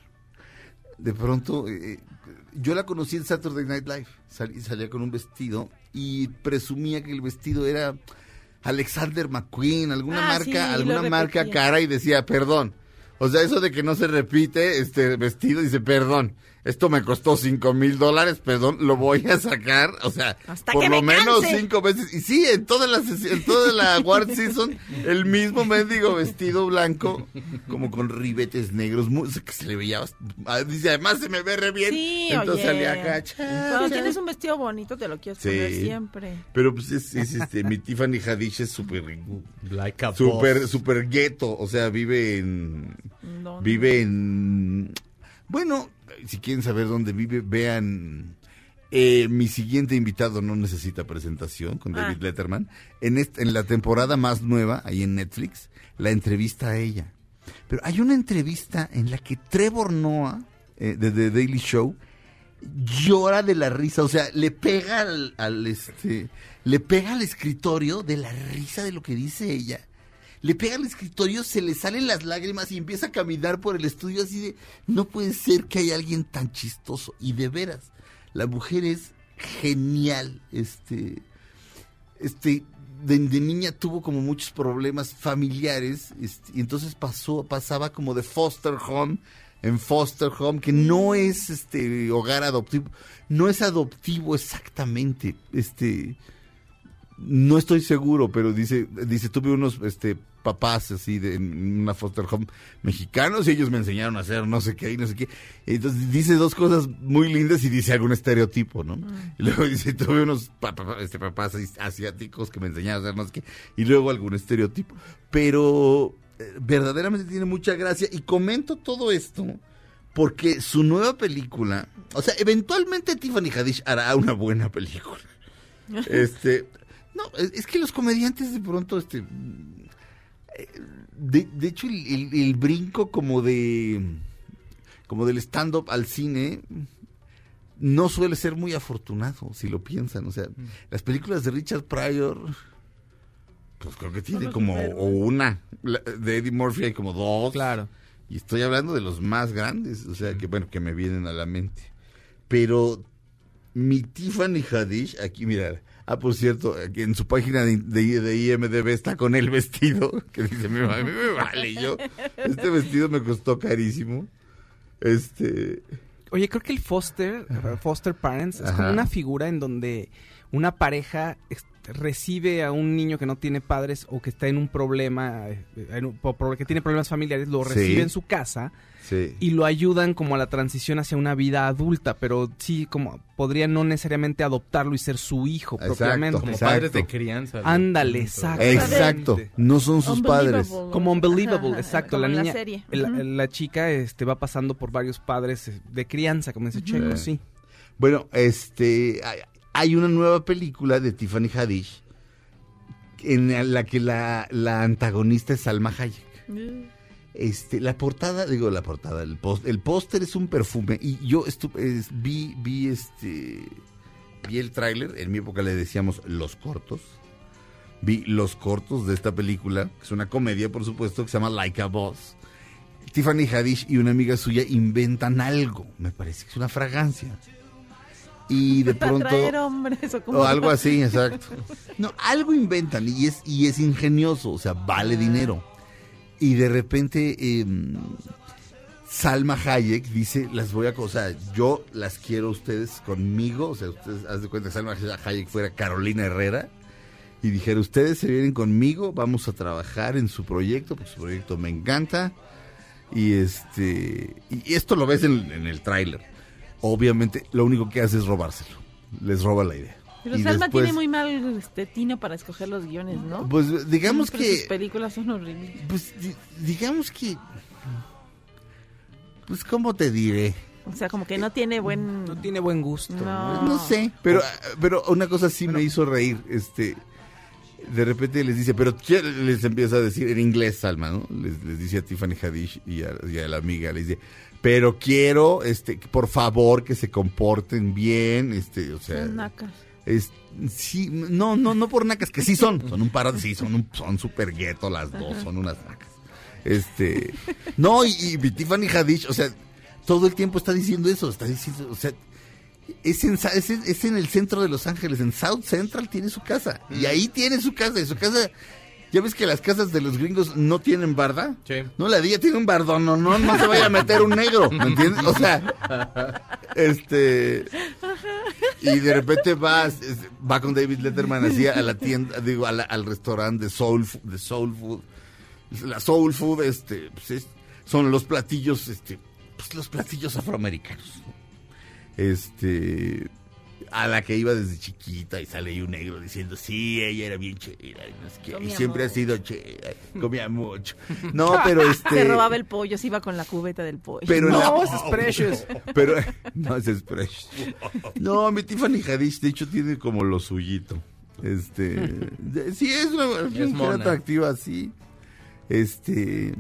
De pronto, eh, yo la conocí en Saturday Night Live, Sal, salía con un vestido y presumía que el vestido era Alexander McQueen, alguna ah, marca, sí, alguna marca cara, y decía, perdón. O sea, eso de que no se repite este vestido, dice, perdón, esto me costó cinco mil dólares, perdón, lo voy a sacar, o sea, hasta por que lo me menos canse. cinco veces. Y sí, en toda la en toda la award season, el mismo mendigo vestido blanco, como con ribetes negros, muy, que se le veía, dice, además se me ve re bien. Sí, entonces oye. salía acá. Cha, Cuando cha. tienes un vestido bonito, te lo quieres Sí. poner siempre. Pero pues es, es este, mi Tiffany Haddish es súper Like a Super, boss. super gueto, o sea, vive en... ¿Dónde? Vive en... Bueno, si quieren saber dónde vive, vean... Eh, mi siguiente invitado no necesita presentación, con David Ah. Letterman. En, este, en la temporada más nueva, ahí en Netflix, la entrevista a ella. Pero hay una entrevista en la que Trevor Noah, eh, de The Daily Show, llora de la risa, o sea, le pega al, al este, le pega al escritorio de la risa de lo que dice ella. Le pega al escritorio, se le salen las lágrimas y empieza a caminar por el estudio así de, no puede ser que haya alguien tan chistoso. Y de veras, la mujer es genial, este, este, de, de niña tuvo como muchos problemas familiares, este, y entonces pasó, pasaba como de foster home en foster home, que no es este hogar adoptivo, no es adoptivo exactamente, este, no estoy seguro, pero dice, dice tuve unos este papás así de en una foster home mexicanos y ellos me enseñaron a hacer no sé qué y no sé qué. Entonces dice dos cosas muy lindas y dice algún estereotipo, ¿no? Mm. Y luego dice, tuve unos papá, este, papás asiáticos que me enseñaron a hacer no sé qué, y luego algún estereotipo. Pero eh, verdaderamente tiene mucha gracia, y comento todo esto porque su nueva película, o sea, eventualmente Tiffany Haddish hará una buena película. Este, no, es, es que los comediantes de pronto, este, de, de hecho el, el, el brinco como de, como del stand-up al cine no suele ser muy afortunado, si lo piensan. O sea, mm. las películas de Richard Pryor, pues creo que tiene no como o una, de Eddie Murphy hay como dos. Claro. Y estoy hablando de los más grandes, o sea, que bueno, que me vienen a la mente. Pero mi Tiffany Haddish, aquí mira, ah, por cierto, aquí en su página de, de, de I M D B está con el vestido, que dice, me, me, me vale, yo, este vestido me costó carísimo. Este... Oye, creo que el foster, uh, foster parents, es Ajá. como una figura en donde una pareja recibe a un niño que no tiene padres o que está en un problema, en un, que tiene problemas familiares, lo recibe sí. en su casa sí. y lo ayudan como a la transición hacia una vida adulta, pero sí, como podrían no necesariamente adoptarlo y ser su hijo exacto, propiamente. Como exacto. padres de crianza. Ándale, exacto. Exacto, no son sus padres. Como Unbelievable, Ajá, exacto. como La en la niña, serie. la, Uh-huh. la chica este, va pasando por varios padres de crianza, como dice uh-huh. Checo, sí. Bueno, este... Hay, hay una nueva película de Tiffany Haddish en la que la, la antagonista es Salma Hayek. Mm. Este, la portada, digo la portada, el post, el póster es un perfume y yo estu- es, vi, vi este, vi el tráiler, en mi época le decíamos los cortos, vi los cortos de esta película, que es una comedia, por supuesto, que se llama Like a Boss. Tiffany Haddish y una amiga suya inventan algo, me parece que es una fragancia. Y de Para pronto... atraer hombres o como... O algo así, exacto. No, algo inventan y es, y es ingenioso, o sea, vale dinero. Y de repente eh, Salma Hayek dice, las voy a... O sea, yo las quiero a ustedes conmigo. O sea, ustedes, haz de cuenta que Salma Hayek fuera Carolina Herrera y dijera, ustedes se vienen conmigo, vamos a trabajar en su proyecto, porque su proyecto me encanta. Y este y esto lo ves en, en el tráiler. Obviamente, lo único que hace es robárselo. Les roba la idea. Pero Y Salma después, tiene muy mal este tino para escoger los guiones, ¿no? Pues digamos Pero que... sus películas son horribles. Pues di- digamos que... Pues, ¿cómo te diré? O sea, como que no tiene buen... No tiene buen gusto. No. No sé, pero, pero una cosa sí me hizo reír. Este, de repente les dice, pero ¿quién? Les empieza a decir en inglés, Salma, ¿no? Les, les dice a Tiffany Haddish y a, y a la amiga, les dice, pero quiero, este, por favor, que se comporten bien, este, o sea... Son nacas. Es, sí, no, no, no por nacas, que sí son, son un par de, sí, son un, son super gueto las dos, son unas nacas. Este, no, y, y Tiffany Haddish, o sea, todo el tiempo está diciendo eso, está diciendo, o sea, es en, es, en- es en el centro de Los Ángeles, en South Central tiene su casa, y ahí tiene su casa, y su casa, ya ves que las casas de los gringos no tienen barda, Sí. no, la de ella tiene un bardón, no, no, no se vaya a meter un negro, ¿me entiendes? O sea, este, y de repente va, es- va con David Letterman así a la tienda, digo, a la- al restaurante de Soul, Fu- de Soul Food, la Soul Food, este, pues es- son los platillos, este, pues los platillos afroamericanos, ¿no? Este, a la que iba desde chiquita y sale ahí un negro diciendo, sí, ella era bien chida, y, no sé qué, y Comía siempre ha mucho. sido chida, comía mucho. No, pero este... Se robaba el pollo, se iba con la cubeta del pollo. Pero No, la- ese es Precious. Pero, no, ese es Precious. No, mi Tiffany Haddish, de hecho, tiene como lo suyito. Este, de- sí, es una Es mujer mona. atractiva, sí. Este,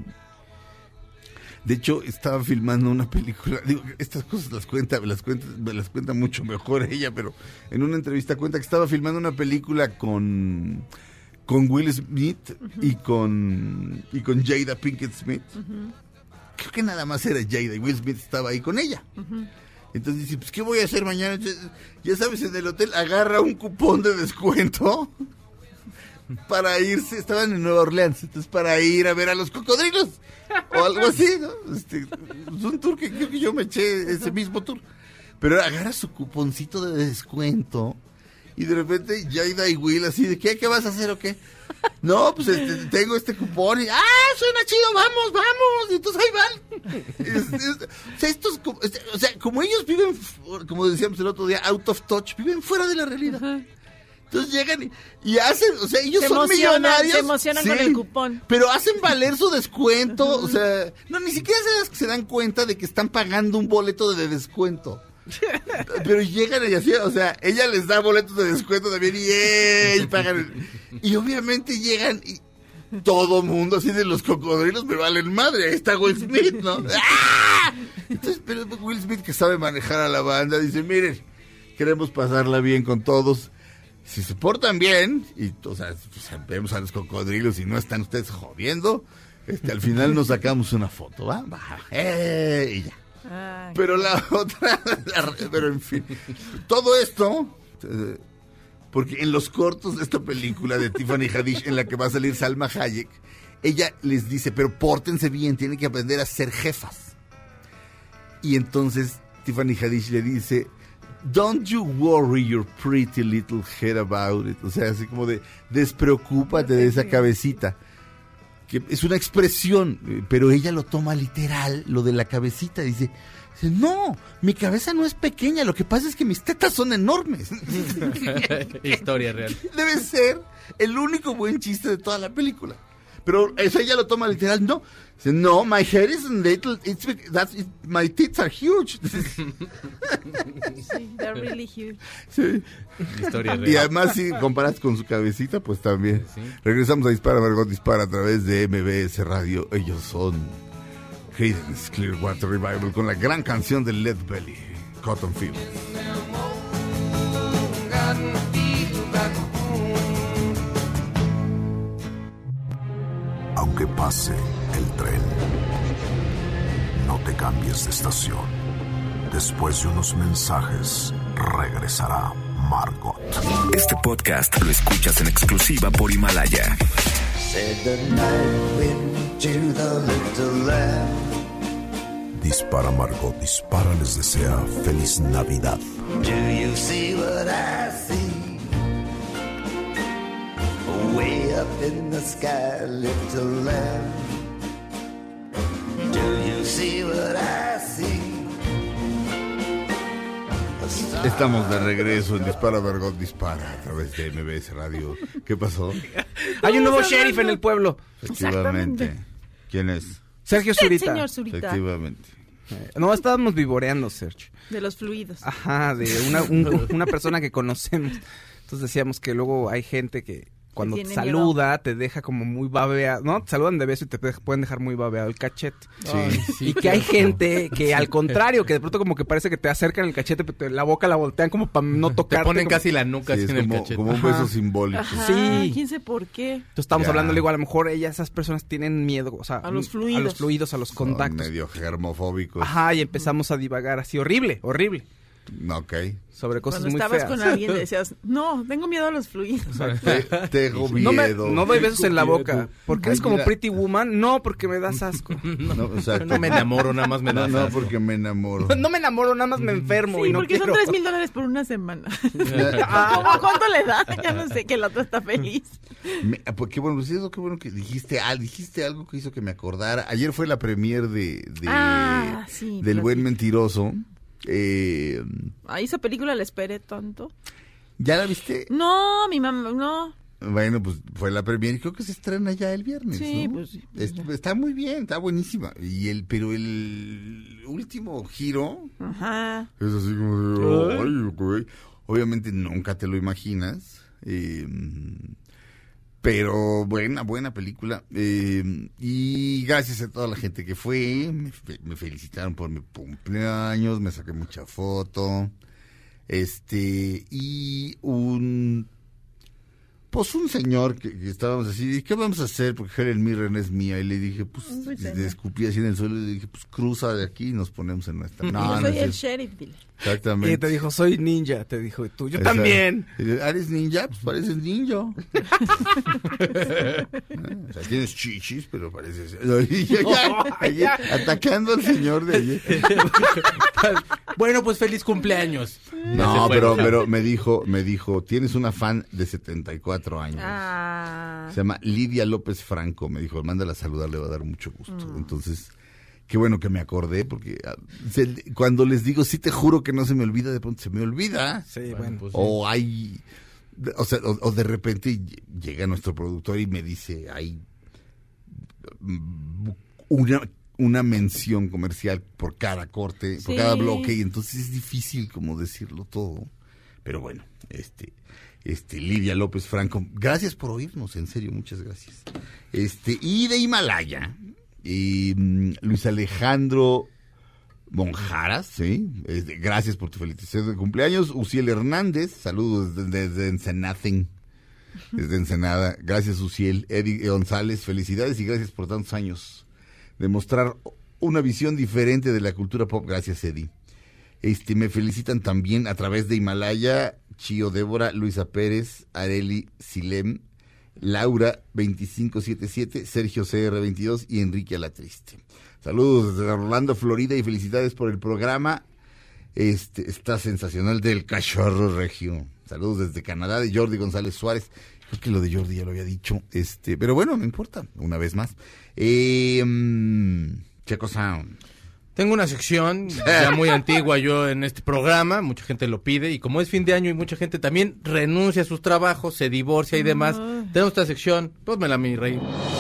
de hecho, estaba filmando una película. Digo, estas cosas las cuenta, las cuenta, me las cuenta mucho mejor ella, pero en una entrevista cuenta que estaba filmando una película con con Will Smith y con y con Jada Pinkett Smith. Creo que nada más era Jada y Will Smith estaba ahí con ella. Entonces dice, pues, ¿qué voy a hacer mañana? Entonces, ya sabes, en el hotel agarra un cupón de descuento para irse, estaban en Nueva Orleans, entonces para ir a ver a los cocodrilos o algo así, ¿no? Este, es un tour que creo que yo me eché ese mismo tour. Pero agarra su cuponcito de descuento y de repente Jada y Will así de, ¿qué? ¿Qué vas a hacer o qué? No, pues este, tengo este cupón y, ¡ah, suena chido! ¡Vamos, vamos! Y entonces ahí van. Es- es- o sea, estos, como- este, o sea, como ellos viven, f- como decíamos el otro día, out of touch, viven fuera de la realidad. Entonces llegan y, y hacen, o sea, ellos Se son emocionan, millonarios. se emocionan con el cupón. Pero hacen valer su descuento, o sea, no, ni siquiera se, se dan cuenta de que están pagando un boleto de descuento. Pero llegan y así, o sea, ella les da boletos de descuento también y, ¡eh! y pagan. Y obviamente llegan y todo mundo así de los cocodrilos me valen madre. Ahí está Will Smith, ¿no? ¡Ah! Entonces, pero Will Smith, que sabe manejar a la banda, dice, miren, queremos pasarla bien con todos. Si se portan bien, y o sea, pues, vemos a los cocodrilos y no están ustedes jodiendo, este, al final nos sacamos una foto, ¿va? Va, ¡eh! Y ya. Ay. Pero la otra, la- pero en fin, todo esto, eh, porque en los cortos de esta película de Tiffany Haddish, en la que va a salir Salma Hayek, ella les dice, pero pórtense bien, tienen que aprender a ser jefas. Y entonces Tiffany Haddish le dice, don't you worry your pretty little head about it. O sea, así como de, despreocúpate de esa cabecita. Que es una expresión, eh, pero ella lo toma literal, lo de la cabecita. Dice, dice, no, mi cabeza no es pequeña, lo que pasa es que mis tetas son enormes. Historia real. Debe ser el único buen chiste de toda la película. Pero eso ella lo toma literal, no. Dice, no, my head is little, it's, be- that's, it- my tits are huge. Sí, they're really huge. Sí. Historia Y real. además, si comparas con su cabecita, pues también. Sí. Regresamos a Dispara, Margot Dispara a través de M B S Radio. Ellos son Creedence Clearwater Revival con la gran canción de Lead Belly, Cotton Field. aunque pase el tren. No te cambies de estación. Después de unos mensajes, regresará Margot. Este podcast lo escuchas en exclusiva por Himalaya. Dispara Margot, dispara, les desea feliz Navidad. Do you see what I see? Way up in the sky, little lamb. Do you see what I see? Estamos de regreso en Dispara Margot Dispara a través de M B S Radio. ¿Qué pasó? Hay un nuevo sheriff en el pueblo. Efectivamente. ¿Quién es? Sergio Zurita. Señor Zurita. Efectivamente. Eh, No, estábamos vivoreando, Sergio. De los fluidos. Ajá, de una, un- una persona que conocemos. Entonces decíamos que luego hay gente que cuando te tiene saluda te deja como muy babeado, ¿no? Te saludan de beso y te pe- pueden dejar muy babeado el cachete. Ay, sí, y que qué hay asco. gente que al contrario, que de pronto como que parece que te acercan el cachete, pero te- la boca la voltean como para no Te tocarte. ponen como- casi la nuca Sí, así es en el como, cachete. como un Ajá. beso simbólico. Ajá, Sí. quién sé por qué. Entonces estamos Ya. hablando, digo, a lo mejor ellas, esas personas tienen miedo, o sea, A los a fluidos. los fluidos, a los Son contactos. medio germofóbicos. Ajá, y empezamos a divagar así, horrible, horrible, Ok. sobre cosas Cuando muy estabas feas. con alguien decís, no, tengo miedo a los fluidos. Te, tengo miedo. No, me, no doy besos en la Tengo boca. miedo. ¿Por qué Ay, eres como mira. Pretty Woman? No, porque me das asco. No, exacto. No me enamoro, nada más me No, da no, asco. porque me enamoro. No me enamoro, nada más me enfermo Sí, y no porque quiero. son tres mil dólares por una semana. ¿Cómo, ¿Cuánto le da? Ya no sé, que el otro está feliz. Me- pues qué bueno, pues eso, qué bueno que dijiste, ah, dijiste algo que hizo que me acordara. Ayer fue la premier de, de- Ah, sí, del Buen platica. Mentiroso. Eh, A esa película la esperé tanto. ¿Ya la viste? No, mi mamá, no. Bueno, pues fue la premier y creo que se estrena ya el viernes, Sí, ¿no? pues sí. Es- está muy bien, está buenísima. Y el, pero el último giro Ajá. es así como de, ay, güey. Obviamente nunca te lo imaginas. eh, pero buena, buena película. eh, y gracias a toda la gente que fue. Me, fe- me felicitaron por mi cumpleaños. Me saqué mucha foto. Este, y un... Pues un señor que, que estábamos así, ¿y qué vamos a hacer? Porque Helen Mirren es mía. Y le dije, pues, Un ruiseñor. le escupí así en el suelo y le dije, pues cruza de aquí y nos ponemos en nuestra... No, Yo no soy es el cierto. sheriff, dile. Exactamente. Y te dijo, soy ninja, te dijo, y tú, yo Exacto. también. Y le- ¿eres ninja? Pues pareces ninja. O sea, tienes chichis, pero pareces... Y yo ya, ayer, atacando al señor de ayer. Bueno, pues feliz cumpleaños. Ya No, se fue, pero, o sea. pero me dijo, me dijo, tienes una fan de setenta y cuatro años. Ah. Se llama Lidia López Franco. Me dijo, mándala a saludar, le va a dar mucho gusto. Entonces, qué bueno que me acordé, porque ah, se- cuando les digo, sí te juro que no se me olvida, de pronto se me olvida. Sí, bueno. pues sí. O hay, o sea, o, o de repente ll- llega nuestro productor y me dice, hay mm, una, una mención comercial por cada corte, por Sí. cada bloque, y entonces es difícil como decirlo todo. Pero bueno, este, este, Lidia López Franco, gracias por oírnos, en serio, muchas gracias. Este, y de Himalaya, y, mm, Luis Alejandro Monjaras, sí, este, gracias por tu felicitación de cumpleaños. Uciel Hernández, saludos desde, desde Ensenada, desde Ensenada, gracias Uciel. Eddie González, felicidades y gracias por tantos años de mostrar una visión diferente de la cultura pop, gracias Eddie. Este, me felicitan también a través de Himalaya, Chío Débora, Luisa Pérez, Areli Silem, Laura veinticinco setenta y siete, Sergio C R veintidós y Enrique Alatriste. Saludos desde Orlando, Florida, y felicidades por el programa. Este está sensacional del Cachorro Regio. Saludos desde Canadá de Jordi González Suárez. Creo que lo de Jordi ya lo había dicho, este, pero bueno, no importa, una vez más. Eh, mm, Checo Sound. Tengo una sección ya muy antigua yo en este programa, mucha gente lo pide y como es fin de año y mucha gente también renuncia a sus trabajos, se divorcia y demás, tenemos esta sección, pónmela mi rey.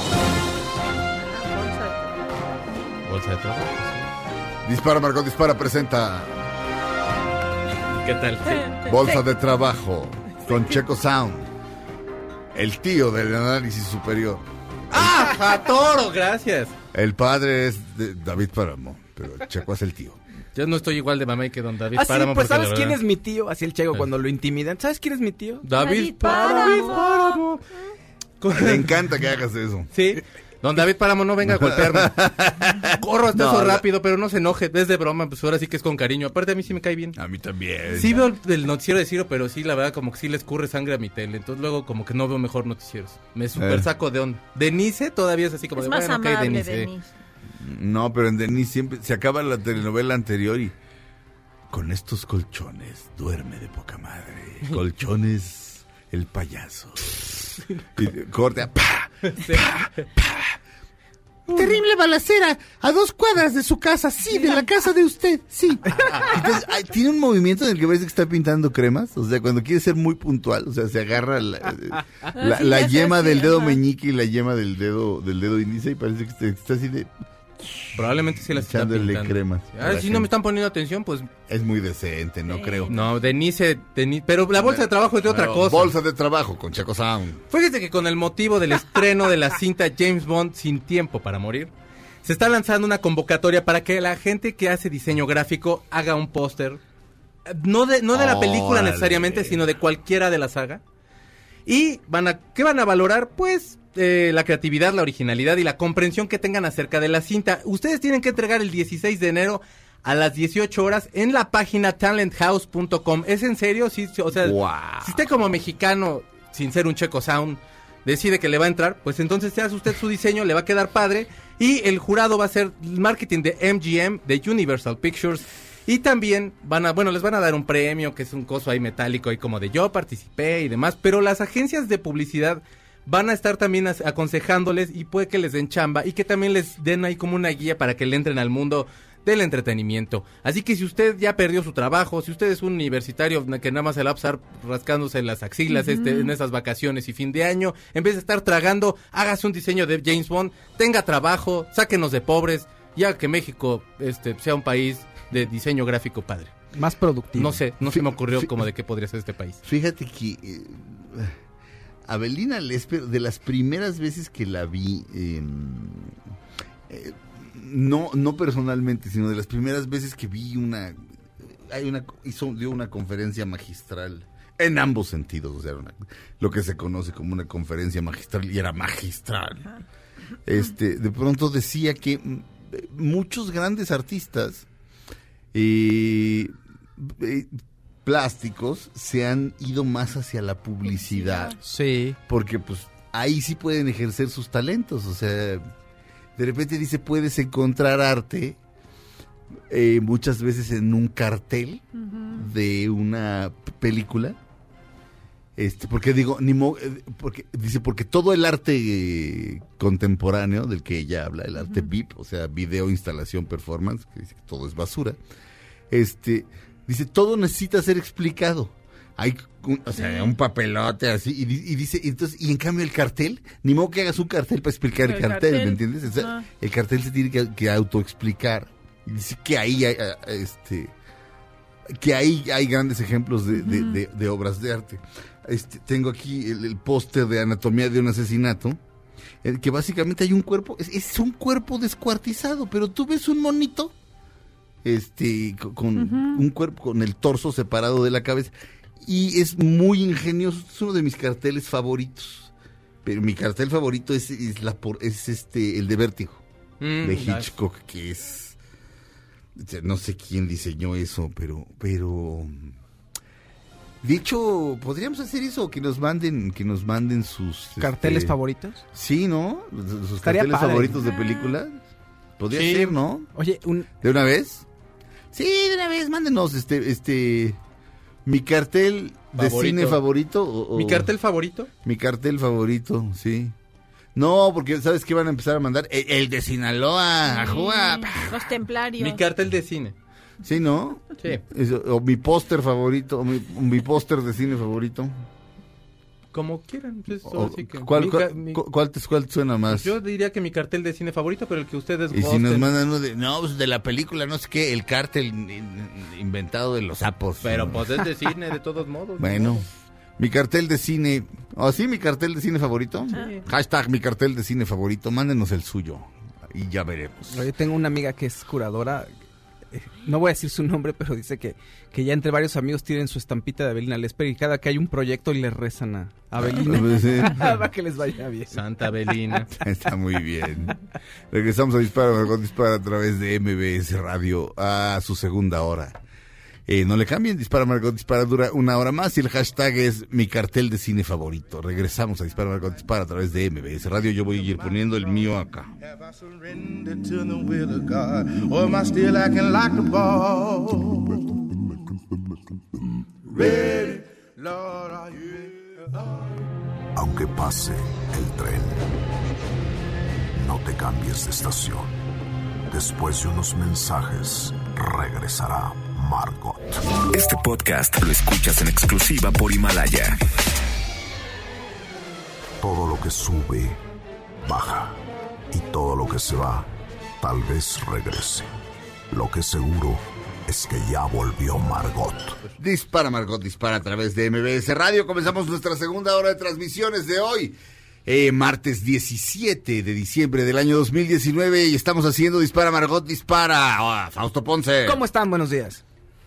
Bolsa de trabajo. Dispara, Margot, dispara, presenta ¿Qué tal? Bolsa de Trabajo con Checo Sound, el tío del análisis superior. ¡Ah, a toro! Gracias. El padre es de David Páramo, pero Checo es el tío. Yo no estoy igual de mamey que don David Ah, sí, Páramo. pues porque ¿sabes la quién verdad- es mi tío? Así el Chego cuando lo intimidan. ¿Sabes quién es mi tío? David David Páramo. Páramo. Le encanta que hagas eso. Sí. Don David Páramo, no venga a golpearme. Corro hasta No, eso la- rápido, pero no se enoje. Es de broma, pues ahora sí que es con cariño. Aparte, a mí sí me cae bien. A mí también. Sí veo el, el noticiero de Ciro, pero sí, la verdad, como que sí le escurre sangre a mi tele. Entonces luego como que no veo mejor noticieros. Me super Eh. saco de onda. Denise todavía es así como Es de, más bueno, ok, amable, Denise. Denise. No, pero en Denis siempre se acaba la telenovela anterior y con estos colchones duerme de poca madre. Colchones el payaso. Y corte, ¡pa! Terrible balacera a dos cuadras de su casa, sí, de la casa de usted, sí. Entonces, ay, tiene un movimiento en el que parece que está pintando cremas, o sea, cuando quiere ser muy puntual, o sea, se agarra la, la, Sí, la ya sé, yema sí, del dedo ajá. meñique y la yema del dedo del dedo índice y parece que está, está así de Probablemente sí las está echándole pintando. cremas. Ah, a la si no me gente. están poniendo atención, pues Es muy decente, no Sí. creo. no, Denise, Denise, pero la bolsa de trabajo es de otra Pero, cosa. Bolsa de trabajo con Chaco Sound. Fíjate que con el motivo del estreno de la cinta James Bond Sin Tiempo para Morir, se está lanzando una convocatoria para que la gente que hace diseño gráfico haga un póster, eh, no de, no de la película Órale. necesariamente, sino de cualquiera de la saga. Y van a, ¿qué van a valorar? Pues eh, la creatividad, la originalidad y la comprensión que tengan acerca de la cinta. Ustedes tienen que entregar el dieciséis de enero a las dieciocho horas en la página talent house punto com. ¿Es en serio? Sí, sí, o sea, Wow. si usted como mexicano, sin ser un Checo Sound, decide que le va a entrar, pues entonces se hace usted su diseño, le va a quedar padre. Y el jurado va a ser el marketing de M G M, de Universal Pictures. Y también van a, bueno, les van a dar un premio, que es un coso ahí metálico, ahí como de yo participé y demás. Pero las agencias de publicidad van a estar también as- aconsejándoles y puede que les den chamba y que también les den ahí como una guía para que le entren al mundo del entretenimiento. Así que si usted ya perdió su trabajo, si usted es un universitario que nada más se la va a pasar rascándose las axilas este, en esas vacaciones y fin de año, en vez de estar tragando, hágase un diseño de James Bond, tenga trabajo, sáquenos de pobres, ya que México este, sea un país de diseño gráfico padre. Más productivo. No sé, no se me ocurrió Fí- como de qué podría ser este país. Fíjate que eh, Avelina Lesper, de las primeras veces que la vi, eh, eh, no, no personalmente, sino de las primeras veces que vi una, hay una, hizo, dio una conferencia magistral, en ambos sentidos, o sea, una- lo que se conoce como una conferencia magistral, y era magistral. Este, de pronto decía que mm, muchos grandes artistas eh, eh, plásticos se han ido más hacia la publicidad, Sí. porque pues ahí sí pueden ejercer sus talentos, o sea, de repente dice, puedes encontrar arte eh, muchas veces en un cartel de una p- película, este, porque digo, ni mo- eh, porque dice, porque todo el arte eh, contemporáneo del que ella habla, el arte V I P, o sea, video, instalación, performance, que dice que todo es basura, este, dice, todo necesita ser explicado. Hay un, o sea, un papelote así, y, di- y dice, y entonces, y en cambio el cartel, ni modo que hagas un cartel para explicar el, El cartel, cartel. ¿me entiendes? O sea, Ah. el cartel se tiene que, que autoexplicar. Y dice que ahí hay, ah, este, que ahí hay grandes ejemplos de, de- de- de obras de arte. Este, tengo aquí el, el póster de Anatomía de un asesinato, el que básicamente hay un cuerpo, es, es un cuerpo descuartizado, pero tú ves un monito, este, co- con un cuerpo, con el torso separado de la cabeza, y es muy ingenioso, es uno de mis carteles favoritos. Pero mi cartel favorito es, es la por- es este el de Vértigo, Mm, de nice. Hitchcock, que es, no sé quién diseñó eso, pero pero de hecho podríamos hacer eso, que nos manden que nos manden sus ¿Carteles este, favoritos? Sí, ¿no? Sus Estaría carteles padre. favoritos de películas. Podría Sí. ser, ¿no? Oye, un, ¿De una vez? Sí, de una vez, mándenos este este mi cartel de Favorito. cine favorito o- o- ¿Mi cartel favorito? mi cartel favorito, sí. No, porque ¿sabes qué van a empezar a mandar? El, el de Sinaloa, ajúa. Los templarios. Mi cartel de cine. Sí, ¿no? Sí. Eso, o mi póster favorito, o mi, mi póster de cine favorito. Como quieran. Pues, O- así que ¿cuál, mi cuál, ca- mi- cu- cuál te, cuál te suena más? Yo diría que mi cartel de cine favorito, pero el que ustedes Y si gusten. nos mandan uno de, no, pues de la película, no sé qué, el cártel in- in- inventado de los sapos. Pero ¿no? pues es de cine, de todos modos. Bueno, mi cartel de cine, ¿o sí, mi cartel de cine favorito? Hashtag mi cartel de cine favorito, mándenos el suyo y ya veremos. Yo tengo una amiga que es curadora. no voy a decir su nombre, pero dice que, que ya entre varios amigos tienen su estampita de Avelina Lesper y cada que hay un proyecto le rezan a Avelina. Pues sí. Para que les vaya bien. Santa Avelina. Está muy bien. Regresamos a Dispara, Margot Dispara a través de M B S Radio a su segunda hora. Eh, no le cambien, Dispara Margot Dispara dura una hora más y el hashtag es mi cartel de cine favorito. Regresamos a Dispara Margot Dispara a través de M B S Radio. Yo voy a ir poniendo el mío acá. Have I surrendered to the will of God, or am I still acting like a ball? Ready, Lord, are you ready? Aunque pase el tren, no te cambies de estación. Después de unos mensajes, regresará Margot. Este podcast lo escuchas en exclusiva por Himalaya. Todo lo que sube, baja. Y todo lo que se va, tal vez regrese. Lo que seguro es que ya volvió Margot. Dispara Margot Dispara a través de M B S Radio. Comenzamos nuestra segunda hora de transmisiones de hoy. Eh, martes diecisiete de diciembre del año dos mil diecinueve y estamos haciendo Dispara Margot Dispara. Oh, Fausto Ponce. ¿Cómo están? Buenos días.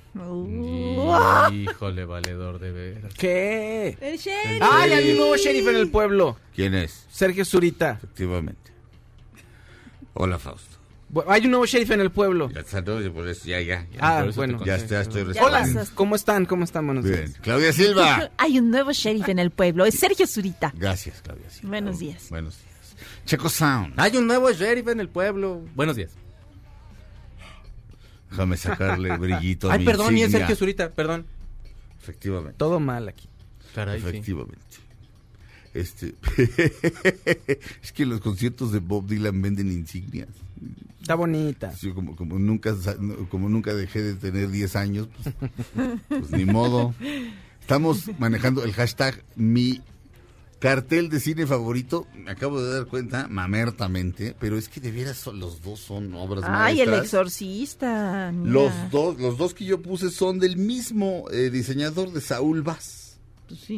Híjole, valedor de veras. ¿Qué? El sheriff. ¡Ay, hay un nuevo sheriff en el pueblo! ¿Quién es? Sergio Zurita. Efectivamente. Hola, Fausto. Bu- Hay un nuevo sheriff en el pueblo. Ya está, no, por eso, ya, ya, ya. Ah, por eso bueno. te Ya conté. está, estoy Ya Hola, respondiendo. pasaste. ¿cómo están? ¿Cómo están? Buenos días. Bien. Claudia Silva. Hay un nuevo sheriff en el pueblo. Es Sergio Zurita. Gracias, Claudia Silva. Buenos días. Buenos días. Checo Sound. Hay un nuevo sheriff en el pueblo. Buenos días. Déjame sacarle brillito a Ay, mi perdón, y es insignia. Sergio Zurita, perdón. Efectivamente. Todo mal aquí. Caray, sí. Efectivamente. Este es que en los conciertos de Bob Dylan venden insignias. Está bonita. Yo como, como nunca sa- no, como nunca dejé de tener diez años, pues, pues ni modo. Estamos manejando el hashtag mi cartel de cine favorito. Me acabo de dar cuenta mamertamente, pero es que de veras son- los dos son obras Ay, el maestras. exorcista. mira. Los dos, los dos que yo puse son del mismo eh, diseñador de Saúl Bass. Pues sí.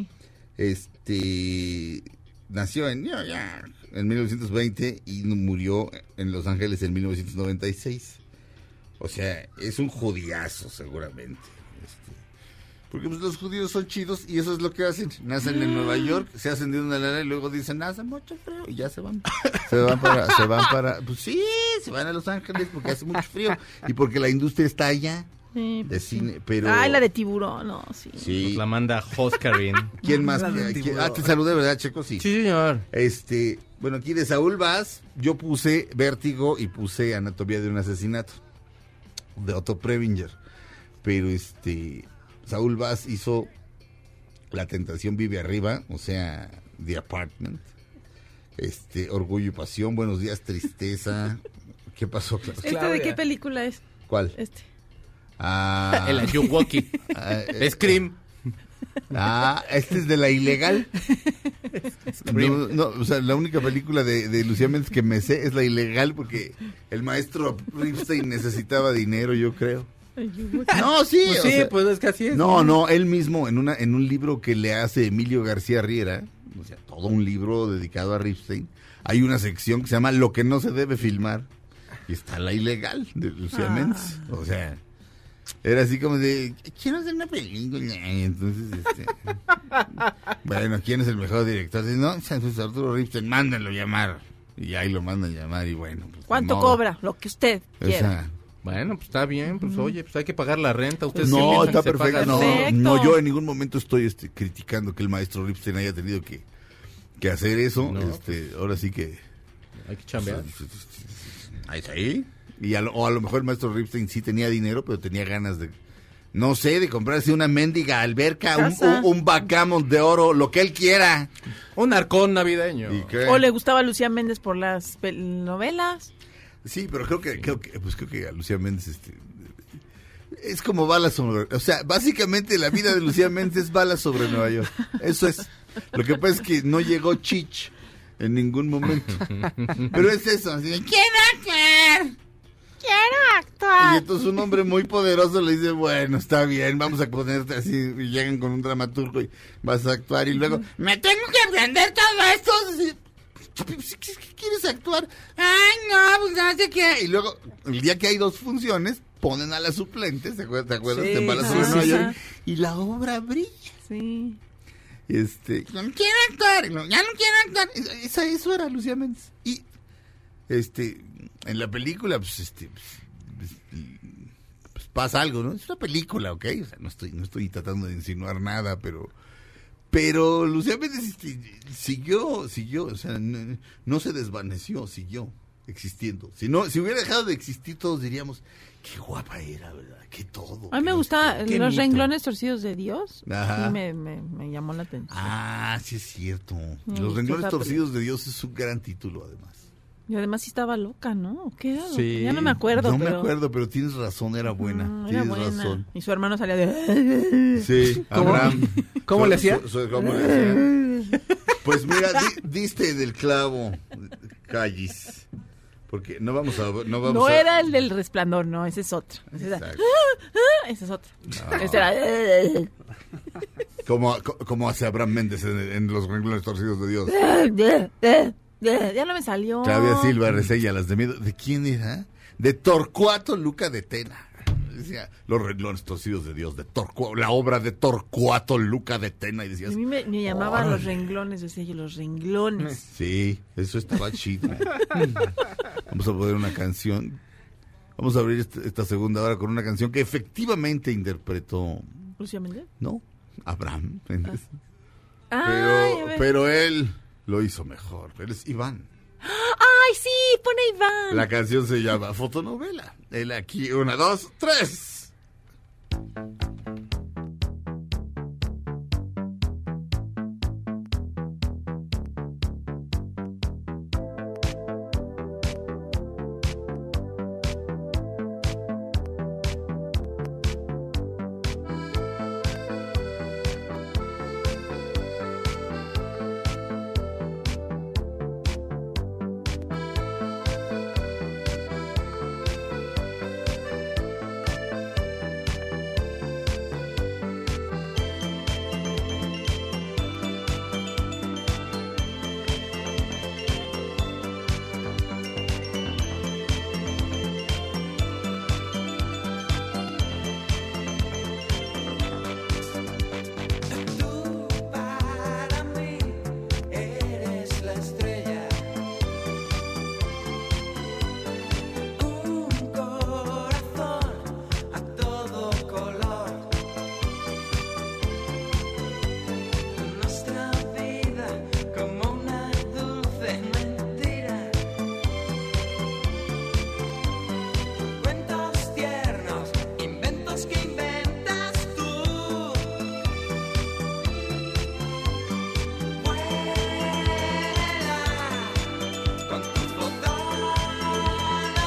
Este nació en New York en mil novecientos veinte y murió en Los Ángeles en mil novecientos noventa y seis. O sea, es un judíazo seguramente. Este, porque pues, los judíos son chidos y eso es lo que hacen. Nacen en Nueva York, se hacen de una lana y luego dicen, hace mucho frío y ya se van. Se van para, se van para, pues sí, se van a Los Ángeles porque hace mucho frío y porque la industria está allá. Sí, De pues sí. cine, pero... Ay, la de tiburón, no, sí. Sí. Nos la manda Oscarin. ¿Quién más? La del ¿Quién- tiburón. Ah, te saludé, ¿verdad, Checo? Sí. Sí, señor. Este, bueno, aquí de Saúl Bass, yo puse Vértigo y puse Anatomía de un asesinato de Otto Preminger. Pero este, Saúl Bass hizo La tentación vive arriba, o sea, The Apartment. Este, Orgullo y pasión, Buenos días, tristeza. ¿Qué pasó, Claudia? ¿Este de qué película es? ¿Cuál? Este. Ah, El Ayuwoki. ah, eh, Scream. Ah, este es de La Ilegal. No, no, o sea, la única película de, de Lucía Méndez que me sé es La Ilegal porque el maestro Ripstein necesitaba dinero, yo creo. No, sí. Pues o sí, sea, pues es que así es. no, no, él mismo en una en un libro que le hace Emilio García Riera, o sea, todo un libro dedicado a Ripstein, hay una sección que se llama Lo que no se debe filmar y está La Ilegal de Lucía Ah. Méndez. O sea, era así como de, quiero hacer una película. Y entonces, este, bueno, ¿quién es el mejor director? Dice, no, pues Arturo Ripstein, mándenlo llamar. Y ahí lo mandan llamar y bueno. Pues, ¿Cuánto ni modo. cobra? Lo que usted O quiera. sea, Bueno, pues está bien, pues oye, pues hay que pagar la renta. Ustedes no, piensan está que se perfecto. paga No, todo? Perfecto. no, yo en ningún momento estoy este, criticando que el maestro Ripstein haya tenido que, que hacer eso. No, este, ahora sí que... Hay que chambear. Ahí está ahí. Y a lo, o a lo mejor el maestro Ripstein sí tenía dinero, pero tenía ganas de, no sé, de comprarse una mendiga alberca, un, Casa. un, un backgammon de oro, lo que él quiera. Un arcón navideño. ¿Y qué? ¿O le gustaba a Lucía Méndez por las pel- novelas? Sí, pero creo que, creo que, pues creo que a Lucía Méndez, este, es como balas sobre, o sea, básicamente la vida de Lucía Méndez es balas sobre Nueva York. Eso es. Lo que pasa es que no llegó Chich en ningún momento. Pero es eso, así de, quiero actuar. Quiero Y actuar. entonces un hombre muy poderoso le dice, bueno, está bien, vamos a ponerte así, y llegan con un dramaturgo y vas a actuar, y luego, me tengo que aprender todo esto. Así, ¿qué, qué quieres actuar? Ay, no, pues no sé qué. Y luego, el día que hay dos funciones, ponen a la suplente, ¿te acuerdas? ¿Te acuerdas? Sí, Te embalas sí, sobre sí, Nueva sí. York, y la obra brilla. Sí. Este, no quiero actuar, no, ya no quiero actuar. Esa, eso era Lucía Méndez. Y este, en la película, pues, este, pues, pues, pasa algo, ¿no? Es una película, ¿ok? O sea, no estoy, no estoy tratando de insinuar nada, pero, pero Lucía Méndez este, siguió, siguió, o sea, no, no se desvaneció, siguió existiendo. Si no, si hubiera dejado de existir, todos diríamos, qué guapa era, ¿verdad? Qué todo. A mí me gusta qué los mito. renglones torcidos de Dios. Ajá. Y me, me, me llamó la atención. Ah, sí es cierto. Me Los gustó renglones esa torcidos de Dios es un gran título, además. Y además sí estaba loca, ¿no? ¿O ¿Qué era? Sí. Ya no me acuerdo, No pero... me acuerdo, pero tienes razón, era buena. Mm, era tienes buena. razón. Y su hermano salía de... Sí, ¿Cómo? Abraham. ¿Cómo le hacía? Su- su- ¿Cómo le hacía? Pues mira, di- diste del clavo, Callis. Porque no vamos a... No, vamos No a, era el del resplandor, no, ese es otro. Ese era... Exacto. Ese es otro. No. Ese era... Como, como hace Abraham Méndez en, en Los renglones torcidos de Dios. Ya no me salió. Claudia Silva reseña las de miedo. ¿De quién era? De Torcuato Luca de Tena. Decía, los renglones torcidos de Dios, de Torcuato, la obra de Torcuato Luca de Tena. Y decías, A mí me, me llamaban órale. los renglones, decía yo, los renglones. Sí, eso estaba chido. Vamos a poner una canción. Vamos a abrir esta, esta segunda hora con una canción que efectivamente interpretó, ¿Lucía Méndez? ¿no? Abraham Méndez. Ay, a Pero, ver. pero él lo hizo mejor. Él es Iván. ¡Ay, sí! Pone Iván. La canción se llama Fotonovela. Él aquí, una, dos, tres. Para mí eres la estrella, un corazón a todo color, nuestra vida como una dulce mentira, cuentos tiernos, inventos que inventas tú. Con tu fotonovela,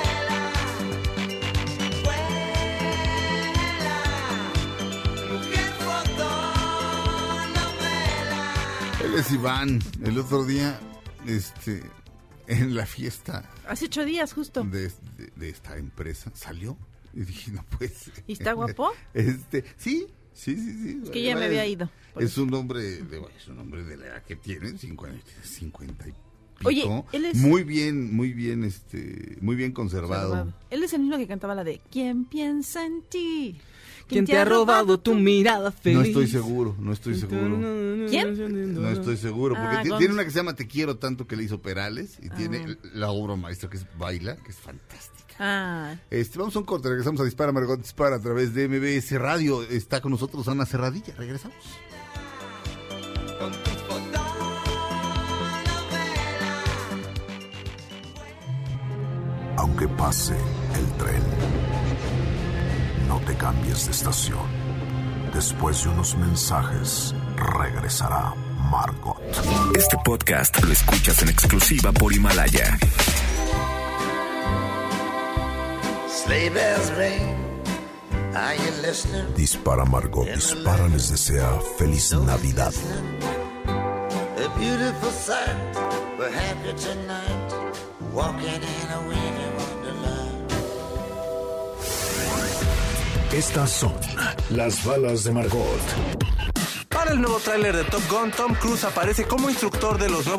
vuela, mujer fotonovela. Él es Iván. El otro día, este, en la fiesta Hace ocho días, justo. de, de- de esta empresa, salió y dije, no puede ser. ¿Y está guapo? Este, sí, sí, sí, sí. Es que ya me había ido. por Es eso. un hombre, de, bueno, es un hombre de la edad que tiene, cincuenta, cincuenta y pico. Oye, él es- Muy bien, muy bien, este, muy bien conservado. Observado. Él es el mismo que cantaba la de ¿Quién piensa en ti? ¿Quién te ha robado tu mirada feliz? No estoy seguro, no estoy seguro. ¿Quién? No estoy seguro, porque Ah, ti- con- tiene una que se llama Te quiero tanto que le hizo Perales y Ah. tiene la obra maestra que es Baila, que es fantástica. Ah, Este, vamos a un corte, regresamos a Dispara, Margot Dispara a través de M B S Radio. Está con nosotros Ana Cerradilla, regresamos. Con tu fotonovela. Aunque pase el tren, no te cambies de estación. Después de unos mensajes, regresará Margot. Este podcast lo escuchas en exclusiva por Himalaya. Sleigh bells ring. Are you listening? Dispara Margot Dispara les desea feliz Navidad. A beautiful sight. We're happy tonight. Walking in a winter wonderland. Estas son las balas de Margot. Para el nuevo tráiler de Top Gun, Tom Cruise aparece como instructor de los nuevos pilotos que tienen una misión especializada. Ya que salga, por favor. Pues, Well, I got a feeling that I'm in for a treat. Para el nuevo tráiler de Top Gun, Tom Cruise aparece como instructor de los nuevos pilotos que tienen una misión especializada. Ya que salga, por favor.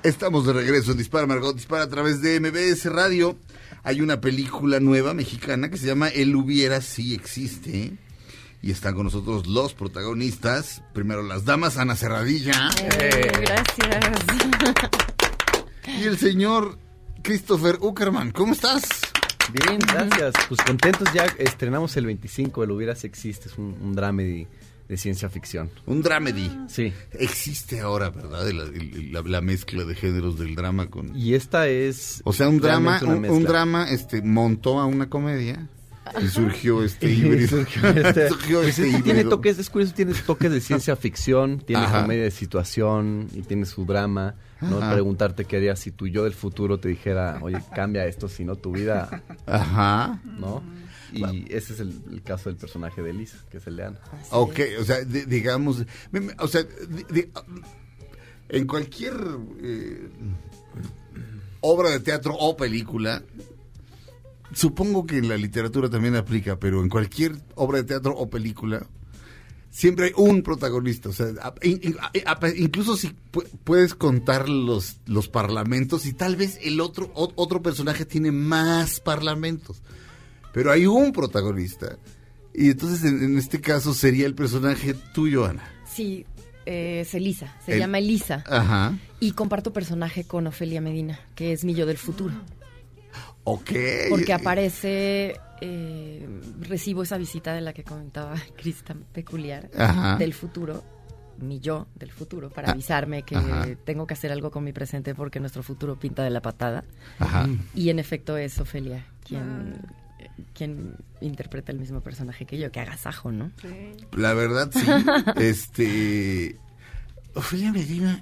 Estamos de regreso en Dispara Margot Dispara a través de M B S Radio. Hay una película nueva mexicana que se llama El Hubiera Sí Existe. Y están con nosotros los protagonistas. Primero las damas, Ana Serradilla. Eh, gracias. Y el señor Christopher Uckerman. ¿Cómo estás? Bien, gracias. Pues contentos, ya estrenamos el veinticinco, El Hubiera Sí Existe, es un, un dramedy de ciencia ficción. Un dramedy. Sí. Existe ahora, ¿verdad? La, la, la mezcla de géneros del drama con... Y esta es... O sea, un drama, un, un drama drama este, montó a una comedia y surgió este híbrido. surgió este, surgió pues este es que híbrido. tiene toques, es curioso, tiene toques de ciencia ficción, tiene Ajá. comedia de situación y tiene su drama. ¿No? Ajá. Preguntarte qué harías si tu yo del futuro te dijera, oye, cambia esto, si no tu vida... Ajá. ¿No? Y ese es el, el caso del personaje de Elisa, que es el de Ana. Ok, o sea, de, digamos, me, me, o sea, de, de, en cualquier eh, obra de teatro o película, supongo que en la literatura también aplica, pero en cualquier obra de teatro o película, siempre hay un protagonista, o sea, in, in, incluso si pu- puedes contar los, los parlamentos y tal vez el otro, o, otro personaje tiene más parlamentos. Pero hay un protagonista. Y entonces, en, en este caso, sería el personaje tuyo, Ana. Sí, eh, es Elisa. Se El- llama Elisa. Ajá. Y comparto personaje con Ofelia Medina, que es mi yo del futuro. Ok. Porque aparece... Eh, recibo esa visita de la que comentaba Cris, tan peculiar, Ajá. del futuro, mi yo del futuro, para Ah, avisarme que ajá. tengo que hacer algo con mi presente porque nuestro futuro pinta de la patada. Ajá. Y en efecto es Ofelia quien... quien interpreta el mismo personaje que yo, que agasajo, ¿no? La verdad, sí. este... Ofelia Medina...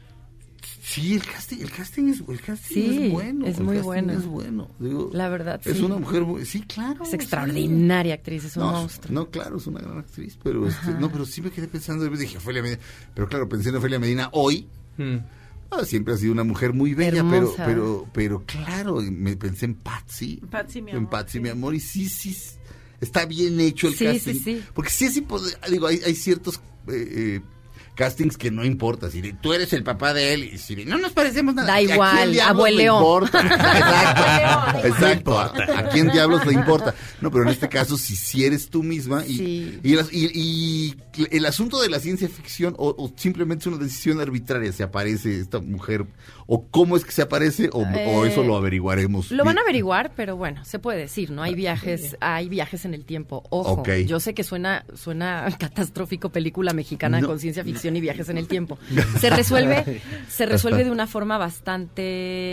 Sí, el casting, el casting es, el casting Sí, es bueno. es el muy casting bueno. es bueno. Digo, La verdad, es sí. una mujer muy... Sí, claro. Es extraordinaria actriz, es un no, monstruo. No, claro, es una gran actriz, pero este, no, pero sí me quedé pensando, después dije Ofelia Medina, pero claro, pensé en Ofelia Medina hoy. Hmm. Ah, siempre ha sido una mujer muy bella, pero, Hermosa. pero, pero claro, me pensé en Patsy. Patsy, mi En amor, Patsy, sí. mi amor, y sí, sí, está bien hecho el Sí, casting. sí, sí. Porque sí, sí, pues, digo, hay, hay ciertos eh, eh, castings que no importa. Si de- tú eres el papá de él, y si de- no nos parecemos nada. Da ¿A quién igual, diablos abuelo. le importa? Exacto, Abuelo. exacto. ¿A, a quién diablos le importa? No, pero en este caso, si, si eres tú misma y, Sí. y, las- y- y el asunto de la ciencia ficción o, o simplemente es una decisión arbitraria, si aparece esta mujer o cómo es que se aparece o, o Eh, eso lo averiguaremos. Lo van a bien. averiguar, pero bueno, se puede decir, ¿no? Hay viajes, hay viajes en el tiempo. Ojo, Ok. yo sé que suena, suena catastrófico película mexicana No. con ciencia ficción y viajes en el tiempo. Se resuelve, se resuelve de una forma bastante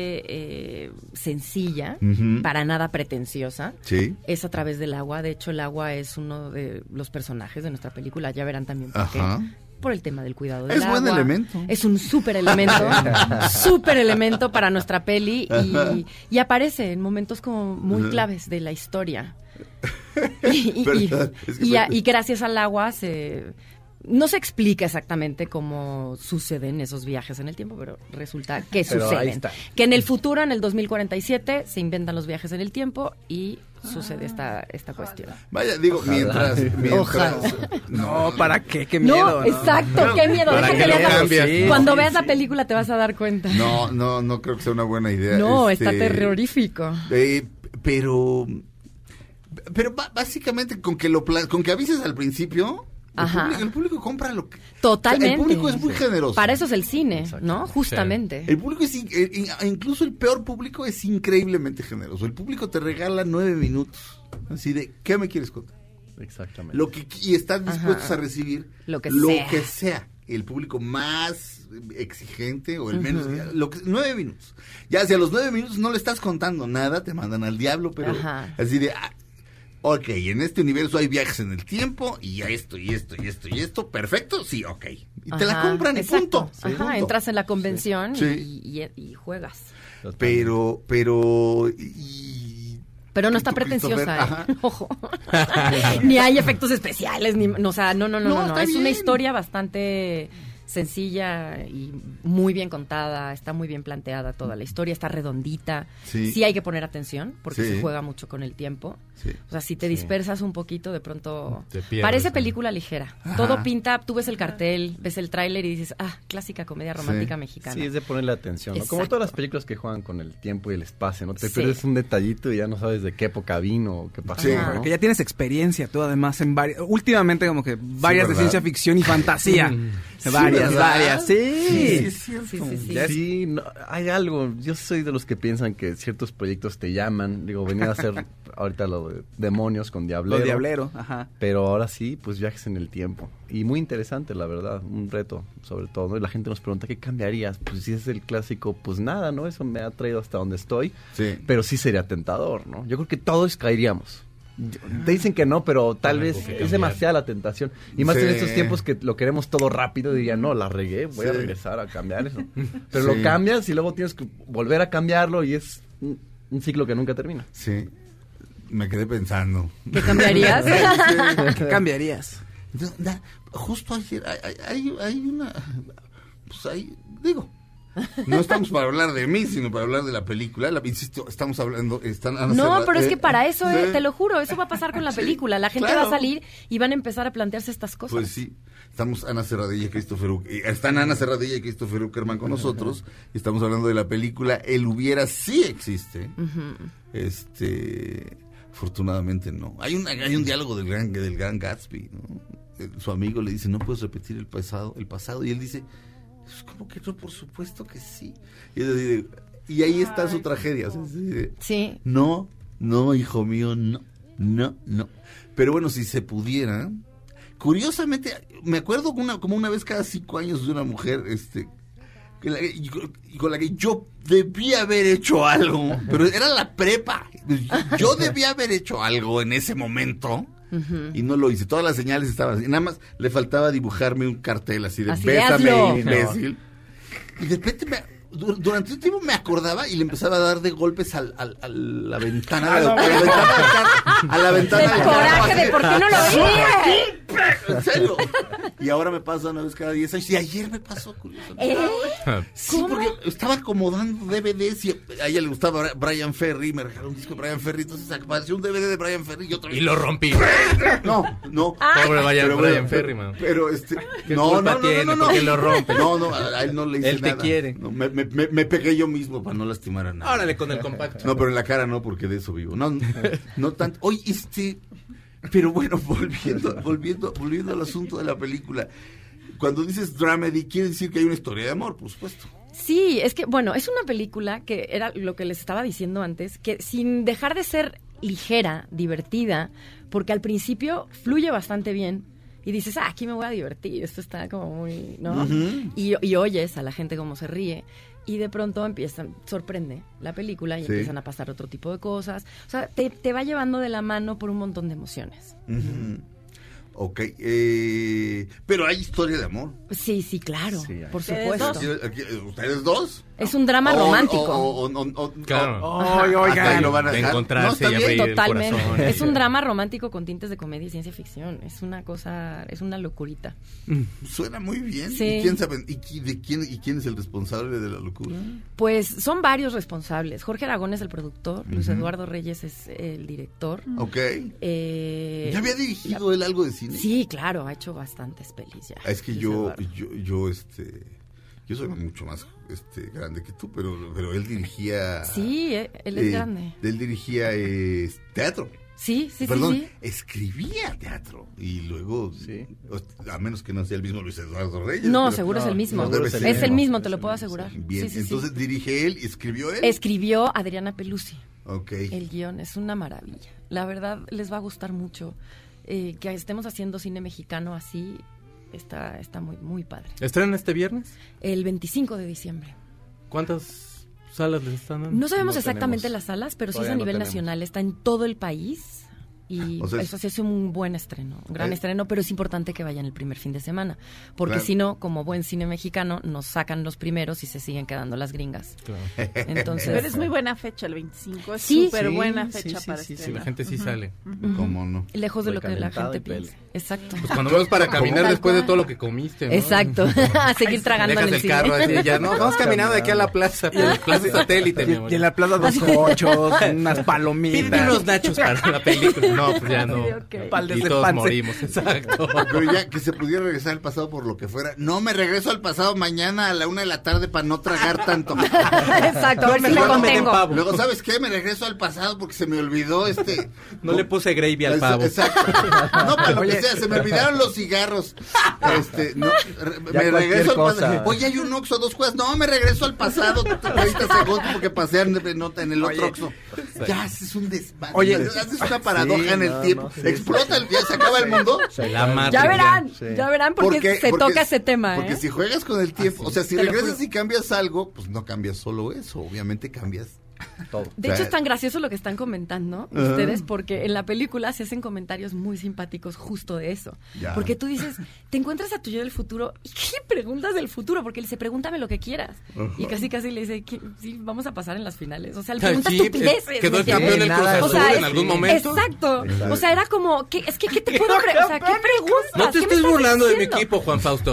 eh, sencilla, Ujú. para nada pretenciosa. Sí. Es a través del agua. De hecho, el agua es uno de los personajes de nuestra película. Ya verán también por qué. Ajá. Por el tema del cuidado del Es agua. buen elemento. Es un súper elemento. súper elemento para nuestra peli. Y, y aparece en momentos como muy Ajá. claves de la historia. Y, y- y- ¿Verdad? Es que y a- me- y gracias al agua se... No se explica exactamente cómo suceden esos viajes en el tiempo, pero resulta que Pero ahí suceden. está. Que en el futuro, en el dos mil cuarenta y siete, se inventan los viajes en el tiempo y sucede esta, esta cuestión. Vaya, digo, Ojalá. mientras, mientras Ojalá. No, ¿para qué? Qué miedo. No, exacto, qué miedo. Para Deja que que lo le hagas- cambies. Sí, Cuando sí, veas la sí. película te vas a dar cuenta. No, no, no creo que sea una buena idea. No, está Este, terrorífico. eh, pero, pero ba- básicamente con que lo pla- con que avises al principio, el Ajá. público, el público compra lo que. Totalmente. El público es muy generoso. Para eso es el cine, ¿no? Justamente. El público es, in- eh, in- incluso el peor público es increíblemente generoso. El público te regala nueve minutos. Así de, ¿qué me quieres contar? Exactamente. Lo que y están dispuestos Ajá. a recibir Lo que sea. que sea. El público más exigente o el menos, lo que, nueve minutos. Ya si a los nueve minutos no le estás contando nada, te mandan al diablo, pero Ajá. así de, ah, ok, en este universo hay viajes en el tiempo y esto y esto y esto y esto, perfecto, sí, ok. Y te la Ajá, compran y exacto. punto. Ajá, punto. entras en la convención Sí. Y, y- y juegas. Pero, pero, y... Pero no está y- pretenciosa, Christopher, ¿eh? Ojo. Ni hay efectos especiales, ni, no, o sea, no, no, no, No, no, no. está Es una bien. historia bastante sencilla y muy bien contada, está muy bien planteada toda la historia, está redondita. Sí, sí hay que poner atención porque sí. se juega mucho con el tiempo. Sí. O sea, si te dispersas sí. un poquito, de pronto Te pierdes, parece ¿no? película ligera. Ajá. Todo pinta, tú ves el cartel, ves el tráiler y dices, ah, clásica comedia romántica Sí. mexicana. Sí, es de ponerle atención, ¿no? Como Exacto. todas las películas que juegan con el tiempo y el espacio, ¿no? Te Sí. pierdes un detallito y ya no sabes de qué época vino o qué pasó, Sí. ¿no? Porque ya tienes experiencia tú además en varias, últimamente como que varias de ¿verdad? ciencia ficción y fantasía. Sí, varias, ¿verdad? varias. Sí. Sí, sí, es cierto. Sí, sí, sí. Ya sí, no, hay algo. Yo soy de los que piensan que ciertos proyectos te llaman. Digo, venía a hacer ahorita lo de demonios con Diablero. Lo Diablero, ajá. Pero ahora sí, pues viajes en el tiempo. Y muy interesante, la verdad. Un reto, sobre todo, ¿no? Y la gente nos pregunta, ¿qué cambiarías? Pues si es el clásico, pues nada, ¿no? Eso me ha traído hasta donde estoy. Sí. Pero sí sería tentador, ¿no? Yo creo que todos caeríamos. Te dicen que no, pero tal vez es demasiada la tentación. Y más Sí. en estos tiempos que lo queremos todo rápido, diría, no, la regué, voy a Sí. regresar a cambiar eso. Pero Sí. lo cambias y luego tienes que volver a cambiarlo y es un, un ciclo que nunca termina. Sí. Me quedé pensando. ¿Qué cambiarías? ¿Qué cambiarías? No, na- justo ayer hay, hay- hay, hay una... Pues hay... Digo... No estamos para hablar de mí, sino para hablar de la película. La, insisto, estamos hablando... Están, Ana No, Serra- pero es eh, que para eso, eh, sí. te lo juro, eso va a pasar con la Sí, película. La gente claro. va a salir y van a empezar a plantearse estas cosas. Pues sí, estamos Ana Serradilla y Christopher Uck- eh, están Ana Serradilla y Christopher Uckerman con nosotros. Y estamos hablando de la película El Hubiera sí existe. Ujú. Este, afortunadamente no. Hay un hay un diálogo del gran del gran Gatsby, ¿no? Eh, Su amigo le dice, "No puedes repetir el pasado", el pasado y él dice, "Pues, ¿cómo que no? Por supuesto que sí." Y, es decir, y ahí está su tragedia. O sea, es decir, Sí. no, no, hijo mío, no, no, no. Pero bueno, si se pudiera, curiosamente, me acuerdo una, como una vez cada cinco años de una mujer, este, que la- y, con- y con la que yo debía haber hecho algo, pero era la prepa. Yo debía haber hecho algo en ese momento. Ujú. Y no lo hice, todas las señales estaban así, nada más le faltaba dibujarme un cartel así de Así de, bésame, hazlo. imbécil. Y de repente me, dur- durante un tiempo me acordaba y le empezaba a dar de golpes al, al- a la ventana, de- a la ventana del carro, a la ventana El del carro, coraje así de por qué no lo ¡Súbete! En serio. Y ahora me pasa una vez cada diez años. Y ayer me pasó, curiosamente. ¿Eh? Sí, porque estaba acomodando D V Ds y a ella le gustaba Bra- Brian Ferry, me regaló un disco de Brian Ferry, entonces apareció un D V D de Brian Ferry y otro. Y lo rompí. No, no. Pobre Brian, Pero Brian bueno, Ferry, man. Pero este, ¿Qué no, culpa no, no, tiene? no, no, ¿Por qué lo rompe? No, no, a a él no le hice Él te nada. quiere. No, me, me, me, me pegué yo mismo para no lastimar a nadie. Órale con el compacto. No, pero en la cara no, porque de eso vivo. No, no, no tanto. Oye, este, pero bueno, volviendo, volviendo, volviendo al asunto de la película. Cuando dices dramedy, quiere decir que hay una historia de amor, por supuesto. Sí, es que, bueno, es una película que era lo que les estaba diciendo antes, que sin dejar de ser ligera, divertida, porque al principio fluye bastante bien y dices, ah, aquí me voy a divertir, esto está como muy, ¿no? Ujú. y, y oyes a la gente cómo se ríe y de pronto empiezan, sorprende la película y Sí. empiezan a pasar otro tipo de cosas. O sea, te, te va llevando de la mano por un montón de emociones. Ujú. Ok, eh, pero hay historia de amor. Sí, sí, claro, Sí, hay. por ¿Ustedes supuesto. dos? Aquí- aquí- ¿Ustedes dos? Es un drama O- romántico. o- o- o- o- Claro. o- Ay, hasta ahí oigan. lo van a De dejar. encontrarse No, y está abrir bien. el Totalmente. corazón. Es un drama romántico con tintes de comedia y ciencia ficción. Es una cosa, es una locurita. Suena muy bien. Sí. ¿Y quién sabe? ¿Y, qui- de quién, ¿Y quién es el responsable de la locura? Pues son varios responsables. Jorge Aragón es el productor, Luis Ujú. Eduardo Reyes es el director. Ok. Eh, ¿Ya había dirigido él algo de cine? Sí, claro, ha hecho bastantes pelis ya. Ah, es que Luis yo, Eduardo. yo, yo, este, yo soy mucho más, este, grande que tú, pero, pero él dirigía. Sí, eh, él es eh, grande. Él dirigía eh, teatro. Sí, sí, Perdón, sí, sí. escribía teatro y luego, Sí. o- a menos que no sea el mismo Luis Eduardo Reyes. No, pero- seguro es el mismo. no debe es ser el mismo. mismo, te lo puedo asegurar. Bien, Sí, sí, sí. entonces dirige él y escribió él. Escribió Adriana Pelusi. Ok. El guión es una maravilla. La verdad, les va a gustar mucho. Eh, que estemos haciendo cine mexicano así, está, está muy, muy padre. ¿Estrenan este viernes? El veinticinco de diciembre. ¿Cuántas salas les están dando? No sabemos No exactamente tenemos. las salas, pero sí es Todavía a no nivel tenemos. nacional. Está en todo el país. Y O sea, es- eso sí es un buen estreno, un gran Eh. estreno, pero es importante que vayan el primer fin de semana, porque Claro. si no, como buen cine mexicano, nos sacan los primeros y se siguen quedando las gringas. Entonces, Pero es muy buena fecha el veinticinco, es Sí. súper Sí, buena sí, fecha sí, para sí, sí, estrenar. la gente sí sale. Ujú. ¿Cómo no? lejos de lo que la Recalentado gente y pele. piensa. Exacto. Pues cuando vamos para caminar Tal después de cual. todo lo que comiste, ¿no? Exacto, a seguir tragando Dejas en el, el cine. carro así, ya, no, vamos caminando de aquí a la plaza, plaza satélite, mi amor. Y en la plaza dos cochos, unas palomitas. Pídete unos nachos para la película. No, pues ya no. Sí, ok. Paldes Y de todos panse. morimos, exacto. Pero ya que se pudiera regresar al pasado por lo que fuera. No, me regreso al pasado mañana a la una de la tarde para no tragar tanto. Exacto, a ver si me Luego me den contengo. pavo. Luego, ¿sabes qué? Me regreso al pasado porque se me olvidó este... No le puse gravy al Es- pavo. Exacto. No, para lo Oye. que sea, se me olvidaron los cigarros. Este, no, re- Ya me cualquier regreso al cosa. pasado. Oye, hay un Oxxo, dos cuadras. No, me regreso al pasado treinta segundos porque pasé en, en el otro Oye. Oxxo. Ya, haces un desmadre. Oye. Haces una paradoja Sí, en el no, tiempo. no, sí, Explota, el, ya se acaba el mundo. La Matrix. Ya verán, Sí. ya verán porque se toca ese tema, Porque ¿eh? si juegas con el tiempo, o sea, si Te lo regresas juro. y cambias algo, pues no cambias solo eso, obviamente cambias. Todo. De O sea, hecho, es tan gracioso lo que están comentando Ajá. ustedes, porque en la película se hacen comentarios muy simpáticos justo de eso. Ya. Porque tú dices, te encuentras a tu yo del futuro, ¿y qué preguntas del futuro? Porque él dice, pregúntame lo que quieras. Y casi casi le dice, ¿qué? Sí, vamos a pasar en las finales. O sea, le pregunta Sí, estupideces. quedó ¿me el campeón del entiendes? Cruz Nada, O Azul sea, en es- algún momento. Exacto. O sea, era como, ¿qué, es que, ¿qué te puedo preguntar? O sea, ¿qué preguntas? No te ¿Qué me estés estás burlando de mi diciendo? equipo, Juan Fausto.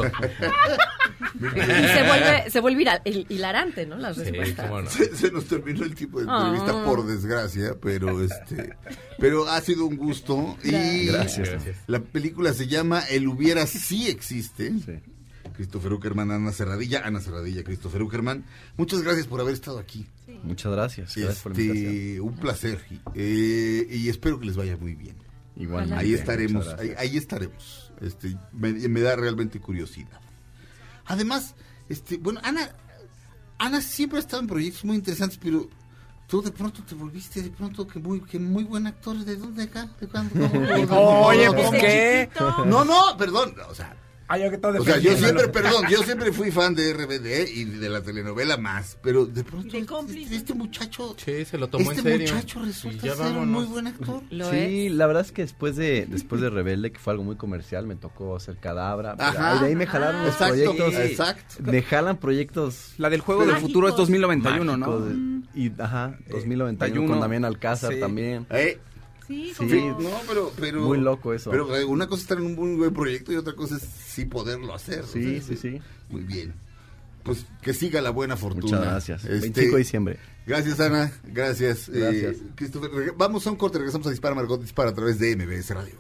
Y se vuelve, se vuelve hila- hil- hilarante, ¿no? Las Sí, respuestas. cómo no. Se, se nos terminó el tipo de entrevista, Ah. por desgracia, pero este, pero ha sido un gusto y Gracias. Gracias. la película se llama El hubiera sí existe. Sí. Christopher Uckerman, Ana Serradilla, Ana Serradilla, Christopher Uckerman. Muchas gracias por haber estado aquí. Muchas gracias. Gracias por la invitación. Este, un placer eh, y espero que les vaya muy bien. Igualmente. Ahí estaremos, Muchas ahí, gracias. ahí estaremos. Este, me, me da realmente curiosidad. Además, este, bueno, Ana, Ana siempre ha estado en proyectos muy interesantes, pero tú de pronto te volviste de pronto que muy, que muy buen actor. ¿De dónde acá? ¿De cuándo? ¿Cómo? Oye, ¿Cómo? ¿por qué? No, no, perdón, o sea. Ay, yo que estaba O sea, yo defendiéndolo. siempre, perdón, yo siempre fui fan de R B D y de la telenovela más, pero de pronto De este, cómplice. este muchacho, Sí, se lo tomó este en serio. muchacho resulta Y ya ser un vámonos. muy buen actor. Lo Sí, es. la verdad es que después de después de Rebelde, que fue algo muy comercial, me tocó hacer Cadabra. Ajá. Y de ahí me jalaron los Exacto, proyectos. exacto. Me jalan proyectos. La del juego del futuro es dos mil noventa y uno, ¿no? mágicos de- y, ajá, dos mil noventa y uno noventa y uno. con Damián Alcázar Sí. también. Eh, Sí, Sí. como- no, pero, pero Muy loco eso. Pero eh, una cosa es estar en un muy buen proyecto y otra cosa es sí poderlo hacer. Sí, o sea, sí, sí. Muy bien. Pues que siga la buena fortuna. Muchas gracias. Este, veinticinco de diciembre. Gracias, Ana. Gracias. Gracias. Eh, Christopher, reg- vamos a un corte, regresamos a Dispara Margot Dispara a través de M B S Radio.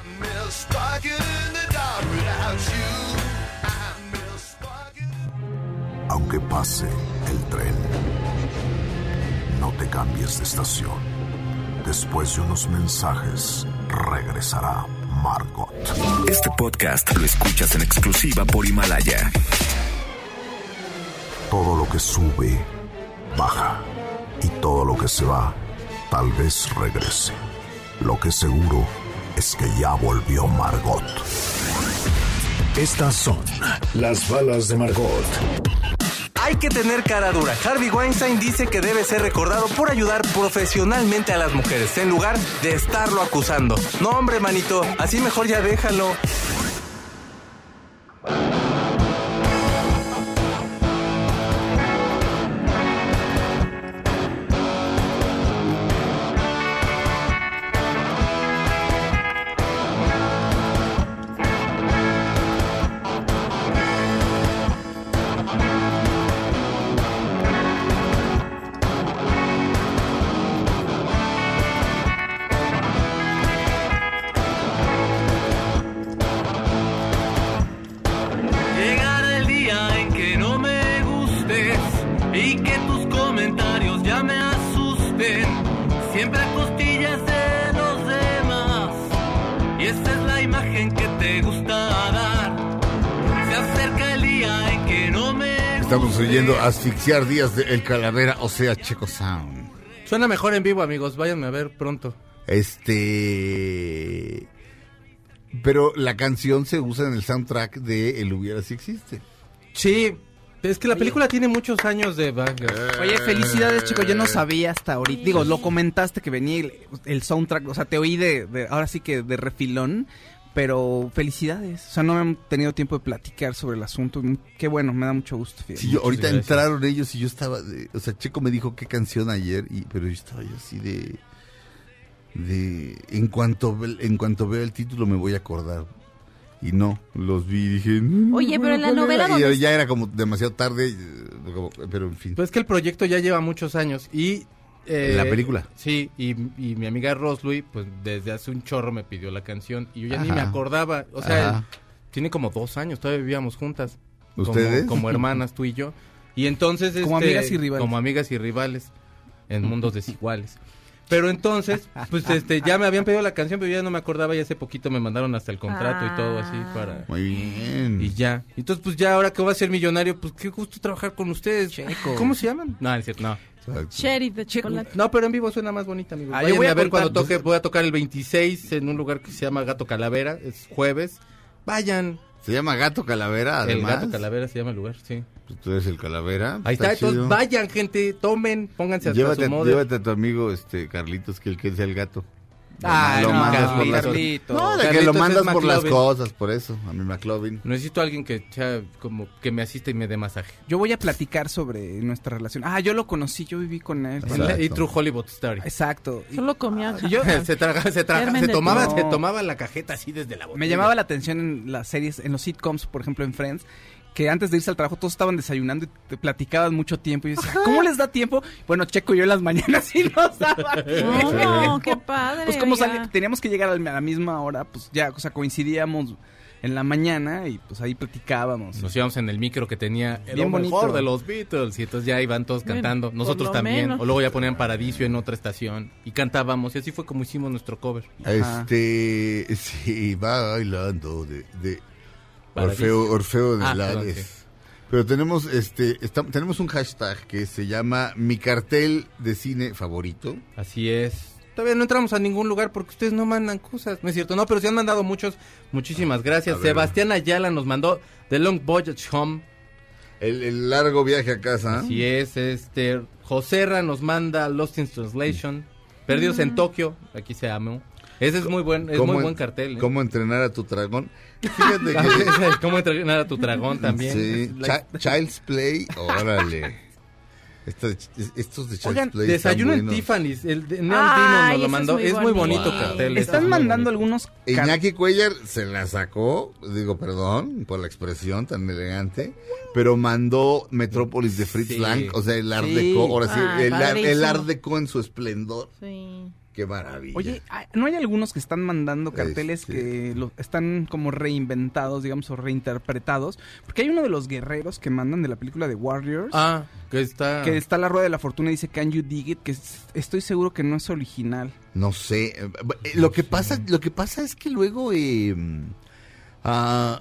Aunque pase el tren, no te cambies de estación. Después de unos mensajes, regresará Margot. Este podcast lo escuchas en exclusiva por Himalaya. Todo lo que sube, baja. Y todo lo que se va, tal vez regrese. Lo que seguro es que ya volvió Margot. Estas son las balas de Margot. Hay que tener cara dura. Harvey Weinstein dice que debe ser recordado por ayudar profesionalmente a las mujeres, en lugar de estarlo acusando. No, hombre, manito, así mejor ya déjalo. Llegará el día en que no me gustes y que tus comentarios ya me asusten. Siempre a costillas de los demás. Y esa es la imagen que te gusta dar. Se acerca el día en que no me Estamos oyendo Asfixiar Días de El Calavera, o sea, Checo Sound. Suena mejor en vivo, amigos. Váyanme a ver pronto. Este. Pero la canción se usa en el soundtrack de El Hubiera Si Existe. Sí, Es que la película tiene muchos años de... Oye, felicidades, chico. Yo no sabía hasta ahorita. Digo, lo comentaste que venía el, el soundtrack. O sea, te oí de, de... Ahora sí que de refilón. Pero felicidades. O sea, no me han tenido tiempo de platicar sobre el asunto. Qué bueno, me da mucho gusto. Sí, yo, ahorita gracias. Entraron ellos y yo estaba... De, o sea, Checo me dijo qué canción ayer. Y, pero yo estaba yo así de... de en cuanto en cuanto vea el título me voy a acordar. Y no, los vi y dije... Oye, pero en la novela... Y donde... ya era como demasiado tarde, pero en fin. Pues es que el proyecto ya lleva muchos años y... Eh, ¿la película? Sí, y, y mi amiga Roslui, pues desde hace un chorro me pidió la canción y yo ya Ajá. ni me acordaba. O sea, él, tiene como dos años, todavía vivíamos juntas. ¿Ustedes? Como, como hermanas, tú y yo. Y entonces... Como este, amigas y rivales. Como amigas y rivales en mundos desiguales. Pero entonces, pues este, ya me habían pedido la canción, pero ya no me acordaba y hace poquito me mandaron hasta el contrato ah. y todo así para... Muy bien. Y ya. Entonces, pues ya ahora que voy a ser millonario, pues qué gusto trabajar con ustedes. Checo. ¿Cómo se llaman? No, es cierto, no. Sheriff de chocolate. No, pero en vivo suena más bonita, amigo. Ah, Vayan voy a, a ver contar, cuando toque, voy a tocar el veintiséis en un lugar que se llama Gato Calavera, es jueves. Vayan. Se llama Gato Calavera, además. El Gato Calavera se llama el lugar, sí. Tú eres el Calavera. Ahí está, está entonces vayan, gente, tomen, pónganse a llévate, su modo. Llévate a tu amigo este Carlitos, que el que es el gato. Ah, lo no, mandas no, por las Carlitos. No, de que lo mandas por las cosas, por eso, a mi McLovin. Necesito a alguien que sea como que me asista y me dé masaje. Yo voy a platicar sobre nuestra relación. Ah, yo lo conocí, yo viví con él. Y True Hollywood Story. Exacto. Solo comía. Y yo se traga, se traga, se tomaba, no. se tomaba la cajeta así desde la botella. Me llamaba la atención en las series, en los sitcoms, por ejemplo, en Friends, que antes de irse al trabajo todos estaban desayunando y te platicaban mucho tiempo. Y yo decía, ¿cómo les da tiempo? Bueno, Checo y yo en las mañanas sí nos daba. No, qué padre. Pues como salí, teníamos que llegar a la misma hora, pues ya, o sea, coincidíamos en la mañana y pues ahí platicábamos. Nos íbamos en el micro que tenía el Bien mejor bonito. de los Beatles y entonces ya iban todos cantando. Bueno, nosotros también. Menos. O luego ya ponían Paradiso en otra estación y cantábamos y así fue como hicimos nuestro cover. Este, Ajá. sí, bailando de... de... Orfeo, Orfeo de ah, Lares. Sí. Pero tenemos este está, tenemos un hashtag que se llama Mi cartel de cine favorito. Así es. Todavía no entramos a ningún lugar porque ustedes no mandan cosas, ¿no es cierto? No, pero sí han mandado muchos. Muchísimas gracias. Sebastián Ayala nos mandó The Long Voyage Home. El, el largo viaje a casa. Así es. Este Joserra nos manda Lost in Translation. Perdidos mm. en Tokio. Aquí se amó. Ese es muy buen, es muy buen cartel. ¿eh? ¿Cómo entrenar a tu dragón? Fíjate que... ¿Cómo entrenar a tu dragón también? Sí, Ch- Child's Play, órale. Esto, estos de Child's Oigan, Play Desayuno en Tiffany's, el de Neon Dino nos lo mandó, es muy bonito, es muy bonito cartel. Están mandando algunos... Iñaki Cuellar se la sacó, digo perdón por la expresión tan elegante, pero mandó Metrópolis de Fritz sí. Lang, o sea, el Art sí. Deco, ahora sí, ah, el, ar, el Art Deco en su esplendor. Sí. Qué maravilla. Oye, ¿no hay algunos que están mandando carteles este... que lo, están como reinventados, digamos, o reinterpretados? Porque hay uno de los guerreros que mandan de la película de Warriors. Ah, que está... Que está la Rueda de la Fortuna y dice Can You Dig It, que es, estoy seguro que no es original. No sé. Lo que pasa, lo que pasa es que luego... Eh, uh,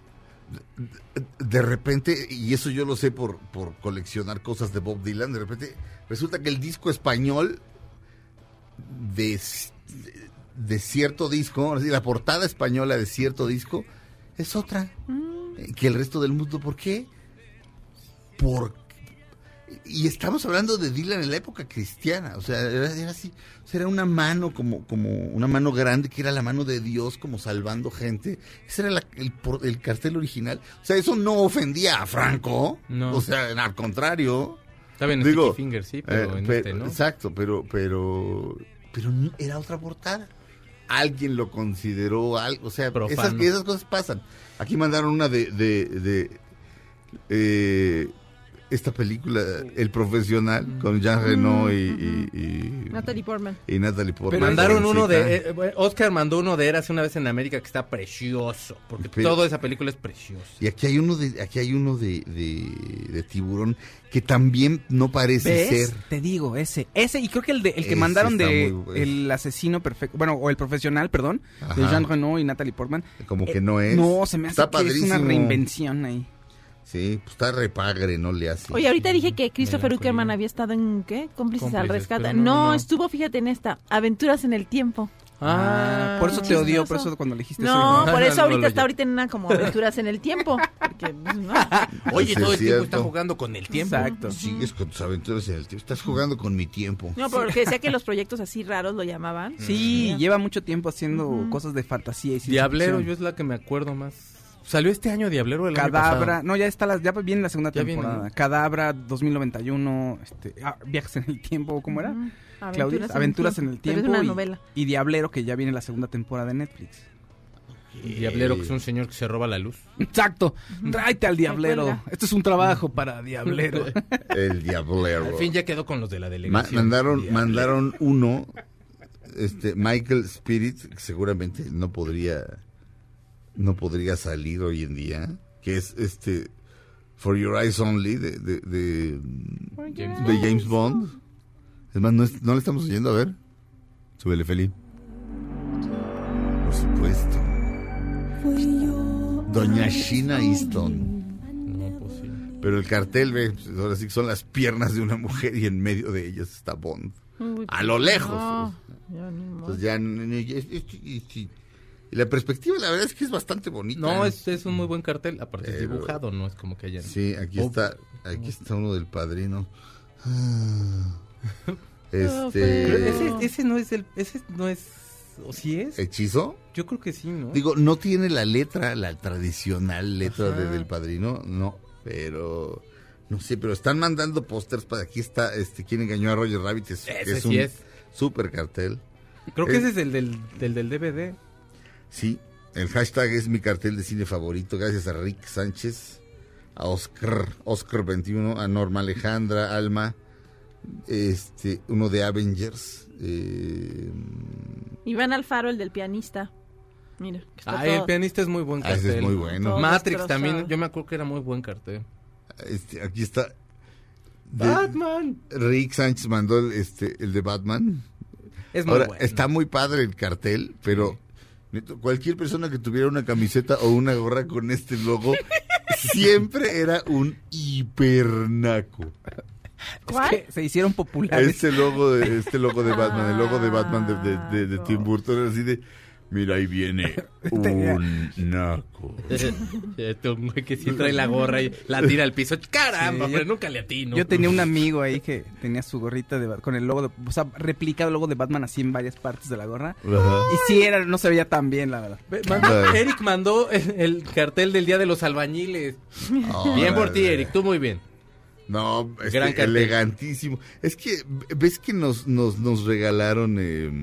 de repente, y eso yo lo sé por, por coleccionar cosas de Bob Dylan, de repente resulta que el disco español... De, de cierto disco, la portada española de cierto disco es otra mm. que el resto del mundo. ¿Por qué? Por y estamos hablando de Dylan en la época cristiana, o sea, era, era así, o sea, era una mano como como una mano grande que era la mano de Dios como salvando gente. Ese era la, el, el cartel original. O sea, eso no ofendía a Franco, no. O sea, al contrario. Estaba en Sticky Finger, sí, pero eh, en pero, este, ¿no? Exacto, pero, pero, pero era otra portada. Alguien lo consideró algo, o sea, esas, esas cosas pasan. Aquí mandaron una de, de, de eh, esta película, El Profesional, mm. con Jean Reno mm. y, y, y Natalie Portman. Y Natalie Portman. Pero mandaron uno de, eh, Oscar mandó uno de Érase una vez en América que está precioso, porque pero, toda esa película es preciosa. Y aquí hay uno de, aquí hay uno de, de, de tiburón que también no parece ¿ves? ser. Te digo, ese, ese, y creo que el de, el que ese mandaron de bueno. El asesino perfecto, bueno, o El Profesional, perdón, ajá, de Jean Reno y Natalie Portman. Como eh, que no es. No, se me hace está que padrísimo. Es una reinvención ahí. Sí, pues está repagre, no le hace. Oye, ahorita dije que Christopher Uckerman había estado en, ¿qué? Cómplices, Cómplices al rescate. No, no, no, estuvo, fíjate en esta, Aventuras en el Tiempo. Ah, por eso te odió, por eso cuando le dijiste No, eso. por eso No, ahorita no, está no. ahorita en una como aventuras en el tiempo. Porque, pues, no. Oye, Sí, todo es el tiempo cierto. está jugando con el tiempo. Exacto. Sigues con tus aventuras en el tiempo. Estás jugando con mi tiempo. No, porque decía que los proyectos así raros lo llamaban. Sí, lleva mucho tiempo haciendo cosas de fantasía y ciencia Diablero, ficción. yo es la que me acuerdo más. ¿Salió este año Diablero o el año Cadabra, pasado? no, ya está la, ya viene la segunda Ya viene, temporada. ¿no? Cadabra dos mil noventa y uno, este, ah, Viajes en el tiempo, ¿cómo era? Ujú. Claudia, Aventuras, Aventuras en el Pero tiempo. es una y, novela. y Diablero, que ya viene la segunda temporada de Netflix. Diablero, que es un señor que se roba la luz. Exacto, tráete al Diablero. cuelga. Esto es un trabajo para Diablero. El Diablero. Al fin ya quedó con los de la Ma- delegación. mandaron, Diablero. mandaron uno, este, Michael Spirit, que seguramente no podría, no podría salir hoy en día, que es este, For Your Eyes Only, de, de, de, James de James Bond. Es más, no, es- no le estamos oyendo, a ver. Súbele, Feli. Por supuesto. Doña Sheena Easton. No, pues sí. Pero el cartel, ve, pues, ahora sí que son las piernas de una mujer y en medio de ellas está Bond. Uy, A lo lejos. no, ya ni modo. Entonces ya, n- n- y, y- y- y la perspectiva la verdad es que es bastante bonita. No, es, es un muy buen cartel. Aparte es Pero- dibujado, no es como que hayan... Sí, aquí Oh. está, aquí está uno del Padrino. Ah. Pero Este, ese, ese no es el... Ese no es... ¿O sí es? ¿Hechizo? Yo creo que sí, ¿no? Digo, no tiene la letra, la tradicional letra Ajá. de, del Padrino, no, pero no sé, pero están mandando pósters para aquí está, este, ¿quién engañó a Roger Rabbit? Es, Ese es sí un es. super cartel. Creo que Es- ese es el del, del, del D V D. Sí, el hashtag es mi cartel de cine favorito, gracias a Rick Sánchez, a Oscar, Oscar veintiuno, a Norma Alejandra, Alma, este, uno de Avengers, eh, Iván Alfaro, el del pianista. Mira, que está Ah, todo- el pianista es muy buen Ah, cartel. ese es muy bueno. todo Matrix destrozado. también, yo me acuerdo que era muy buen cartel. este, aquí está. de- Batman. Rick Sánchez mandó el, este, el de Batman. Es muy Ahora, bueno. está muy padre el cartel, pero neto, cualquier persona que tuviera una camiseta o una gorra con este logo siempre era un hipernaco. ¿Cuál? Es que se hicieron populares. Este logo de este logo de Batman, el logo de Batman de, de, de- de Tim Burton era así de, mira, ahí viene un naco. Este un güey que sí trae la gorra y la tira al piso. Caramba, Sí, pero yo- nunca le atino. Yo tenía un amigo ahí que tenía su gorrita de, Bat- con el logo, de, o sea, replicado el logo de Batman así en varias partes de la gorra. Ajá. Y sí, era, no se veía tan bien, la verdad. Ve, mandó- Eric mandó el, el cartel del Día de los Albañiles. Bien por ti, Órale. Eric, tú muy bien. No, este, Gran cartel. elegantísimo. Es que, ¿ves que nos, nos, nos regalaron, eh,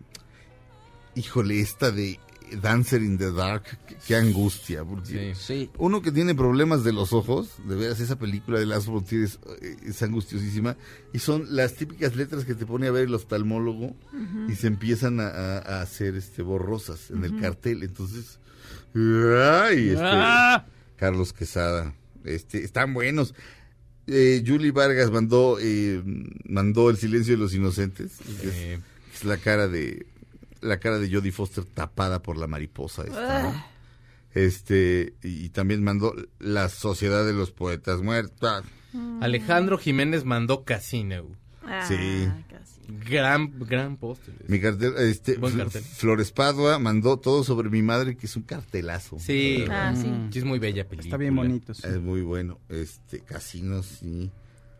híjole, esta de Dancer in the Dark? Qué, qué angustia. Porque Sí. uno que tiene problemas de los ojos, de veras, esa película de Last Frontier es, eh, es angustiosísima. Y son las típicas letras que te pone a ver el oftalmólogo y se empiezan a, a- a hacer este borrosas en el cartel. Entonces, ay, este, Ah. Carlos Quesada, este, están buenos. Eh, Julie Vargas mandó eh, mandó El silencio de los inocentes, que es, Eh, es la cara de la cara de Jodie Foster tapada por la mariposa esta, ¿no? Este, y también mandó La sociedad de los poetas muertos. Alejandro Jiménez mandó Casino. Ah, Sí. casi. Gran, gran póster. Mi cartel, este, Buen Fl- cartel. Flores Padua mandó Todo sobre mi madre, que es un cartelazo. Sí, Ah, sí. sí, es muy bella película. Está bien bonito. sí. Es muy bueno. Este, Casinos, sí.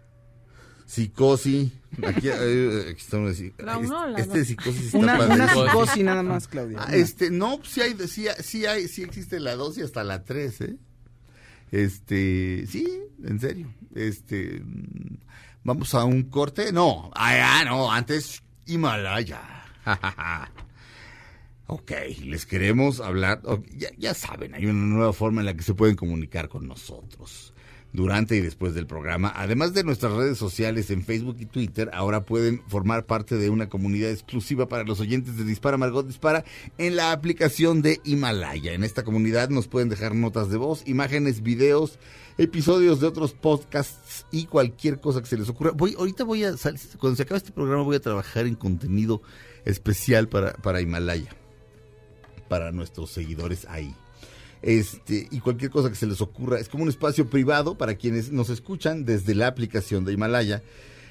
Psicosis. Aquí, eh, aquí está uno de Psic- La uno o la Este de dos. Psicosis está Una, padre. una psicosis nada más, Claudia. Ah, una. este, no, sí hay, sí, hay- sí hay, sí existe la dos y hasta la tres, ¿eh? Este, sí, en serio. Este, mm, vamos a un corte. No, ah, no, antes Himalaya. Ok, les queremos hablar. Ok, ya, ya saben, hay una nueva forma en la que se pueden comunicar con nosotros durante y después del programa. Además de nuestras redes sociales en Facebook y Twitter, ahora pueden formar parte de una comunidad exclusiva para los oyentes de Dispara Margot Dispara en la aplicación de Himalaya. En esta comunidad nos pueden dejar notas de voz, imágenes, videos, episodios de otros podcasts y cualquier cosa que se les ocurra. Voy, ahorita voy a, sal- cuando se acabe este programa voy a trabajar en contenido especial para, para Himalaya, para nuestros seguidores ahí. Este, y cualquier cosa que se les ocurra, es como un espacio privado para quienes nos escuchan desde la aplicación de Himalaya.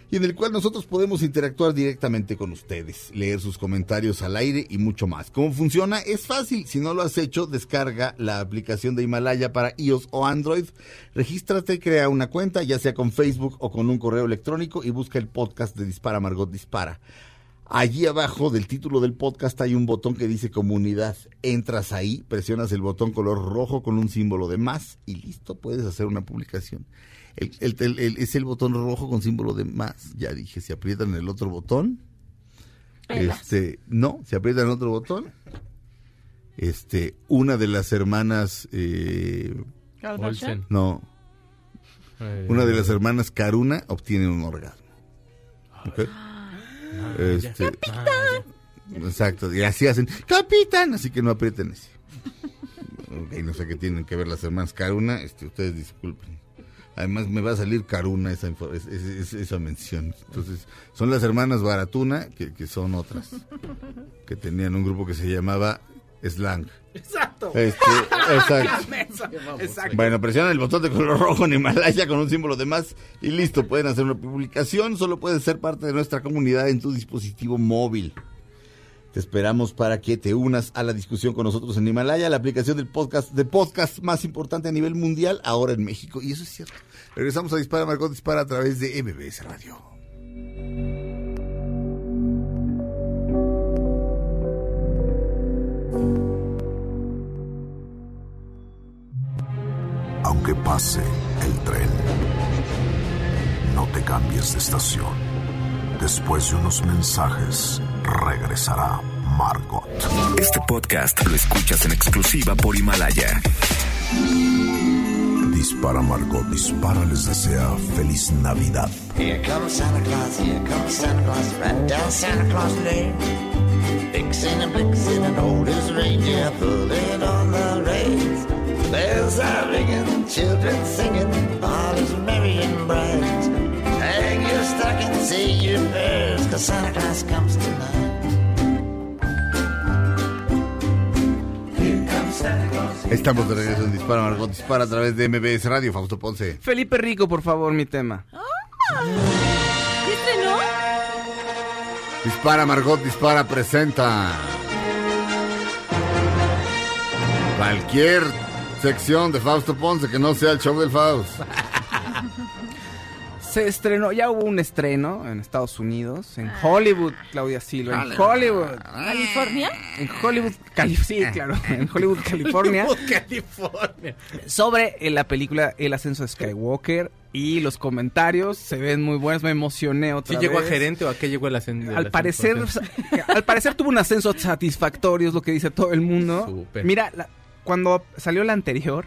y en el cual nosotros podemos interactuar directamente con ustedes, leer sus comentarios al aire y mucho más. ¿Cómo funciona? Es fácil. Si no lo has hecho, descarga la aplicación de Himalaya para iOS o Android. Regístrate, crea una cuenta, ya sea con Facebook o con un correo electrónico, y busca el podcast de Dispara Margot Dispara. Allí abajo del título del podcast hay un botón que dice comunidad. Entras ahí, presionas el botón color rojo con un símbolo de más y listo, puedes hacer una publicación. El, el, el, el, es el botón rojo con símbolo de más. Ya dije, si aprietan el otro botón, Pelas. este, no, si aprietan el otro botón, este, una de las hermanas, eh, Olsen. no, una de las hermanas Karuna obtiene un orgasmo. ¿Okay? Este, ¡Capitán! Exacto, y así hacen, ¡Capitán! Así que no aprieten ese. Ok, no sé qué tienen que ver las hermanas Karuna, este, ustedes disculpen. Además me va a salir Karuna esa, info, esa, esa, esa mención. Entonces, son las hermanas Baratuna, que, que son otras, que tenían un grupo que se llamaba Slang. Exacto. Este, exacto. Exacto. Bueno, presionan el botón de color rojo en Himalaya con un símbolo de más y listo, pueden hacer una publicación. Solo puedes ser parte de nuestra comunidad en tu dispositivo móvil. Te esperamos para que te unas a la discusión con nosotros en Himalaya, la aplicación del podcast de podcast más importante a nivel mundial, ahora en México. Y eso es cierto. Regresamos a Dispara Margot Dispara a través de M B S Radio. Aunque pase el tren, no te cambies de estación. Después de unos mensajes, regresará Margot. Este podcast lo escuchas en exclusiva por Himalaya. Dispara Margot Dispara les desea feliz Navidad. Here comes Santa Claus, here comes Santa Claus, right down Santa Claus Lane. Vixen and Blixen and old as reindeer pulling on the reins. Bells are ringing, children singing, all is merry and bright. Hang your stocking, say your prayers, 'cause Santa Claus comes tonight. Here comes Santa Claus. Estamos de regreso en Dispara Margot Dispara a través de M B S Radio. Fausto Ponce. Felipe Rico, por favor, mi tema. ¿Y este no? Dispara Margot Dispara presenta cualquier sección de Fausto Ponce que no sea el show del Faust. Se estrenó, ya hubo un estreno en Estados Unidos, en Hollywood, Claudia Silva, en Hollywood. ¿California? En Hollywood, Cali- sí, claro, en Hollywood, California. California. Sobre eh, la película El ascenso de Skywalker, y los comentarios se ven muy buenos, me emocioné otra ¿Sí vez. llegó a gerente o a qué llegó el ascenso? Al parecer, al parecer tuvo un ascenso satisfactorio, es lo que dice todo el mundo. Súper. Mira, la- cuando salió la anterior,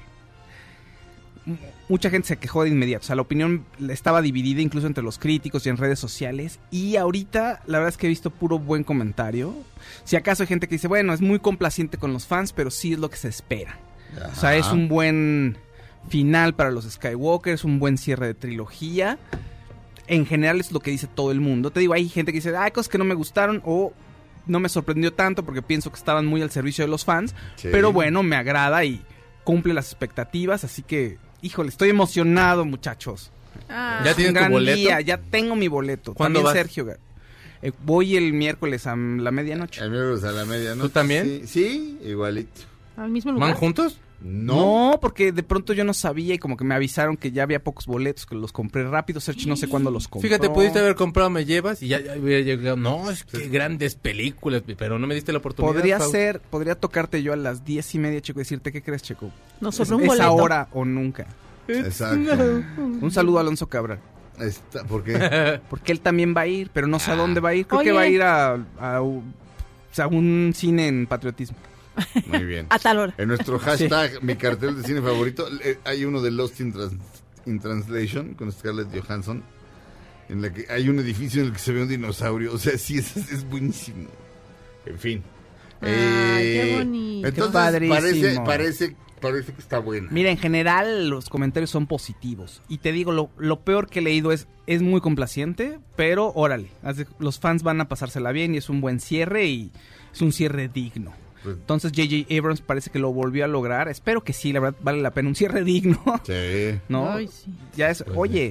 m- mucha gente se quejó de inmediato. O sea, la opinión estaba dividida incluso entre los críticos y en redes sociales. Y ahorita, la verdad es que he visto puro buen comentario. Si acaso hay gente que dice, bueno, es muy complaciente con los fans, pero sí es lo que se espera. O sea, es un buen final para los Skywalker, es un buen cierre de trilogía. En general es lo que dice todo el mundo. Te digo, hay gente que dice, hay cosas que no me gustaron o no me sorprendió tanto porque pienso que estaban muy al servicio de los fans. Sí. Pero bueno, me agrada y cumple las expectativas, así que, híjole, estoy emocionado, muchachos. Ah. ¿Ya Es tienes un tu gran boleto? día, ya tengo mi boleto. ¿Cuándo También vas? Sergio. Eh, voy el miércoles a la medianoche. El miércoles a la medianoche. ¿Tú también? Sí, sí, igualito. ¿Al mismo lugar? ¿Van juntos? No. porque de pronto yo no sabía y como que me avisaron que ya había pocos boletos, que los compré rápido. Sergio no sé cuándo los compré. Fíjate, pudiste haber comprado Me Llevas y ya, ya hubiera llegado. No, es que grandes películas, pero no me diste la oportunidad. Podría Fau. ser, podría tocarte yo a las diez y media, Checo, y decirte, ¿qué crees, Checo? Nos Es, sobró un es boleto. ahora o nunca. Exacto. Un saludo a Alonso Cabral. Está, ¿por qué? Porque él también va a ir, pero no sé a Ah. dónde va a ir. Creo Oye. que va a ir a, a, o sea, un cine en patriotismo. Muy bien. A tal hora. En nuestro hashtag, mi cartel de cine favorito, eh, hay uno de Lost in, Trans- in Translation con Scarlett Johansson, en la que hay un edificio en el que se ve un dinosaurio. O sea, sí, es, es buenísimo. En fin. Ay, qué bonito. Entonces, Qué padrísimo. parece, parece, parece que está buena. Mira, en general los comentarios son positivos. Y te digo, lo, lo peor que he leído es, es muy complaciente, pero órale, hace- los fans van a pasársela bien y es un buen cierre y es un cierre digno. Pues- Entonces J J Abrams parece que lo volvió a lograr. Espero que sí, la verdad vale la pena un cierre digno. Sí. ¿No? Ay, sí. Ya es, Pues oye,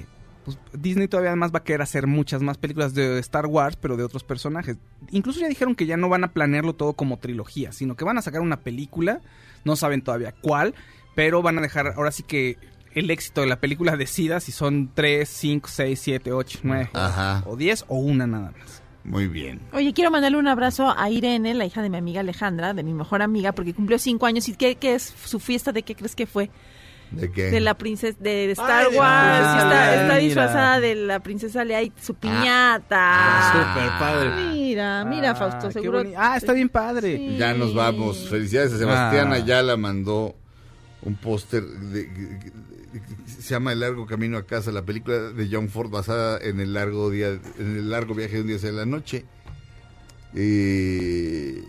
pues, Disney todavía además va a querer hacer muchas más películas de Star Wars, pero de otros personajes. Incluso ya dijeron que ya no van a planearlo todo como trilogía, sino que van a sacar una película, no saben todavía cuál, pero van a dejar ahora sí que el éxito de la película decida si son tres, cinco, seis, siete, ocho, nueve o diez o una nada más. Muy bien. Oye, quiero mandarle un abrazo a Irene, la hija de mi amiga Alejandra, de mi mejor amiga, porque cumplió cinco años. ¿Y qué, qué es su fiesta? ¿De qué crees que fue? ¿De qué? De la princesa, de, de Star Ay, de Wars. la princesa está, Leia, está mira. disfrazada de la princesa Leia y su piñata. Ah, súper padre. Mira, mira, Ah, Fausto, qué seguro. boni- Ah, está bien padre. Sí. Ya nos vamos. Felicidades a Sebastián Ah. Ayala, mandó un póster de, de- de- se llama El largo camino a casa, la película de John Ford basada en el largo día, en el largo viaje de un día hacia la noche. Eh,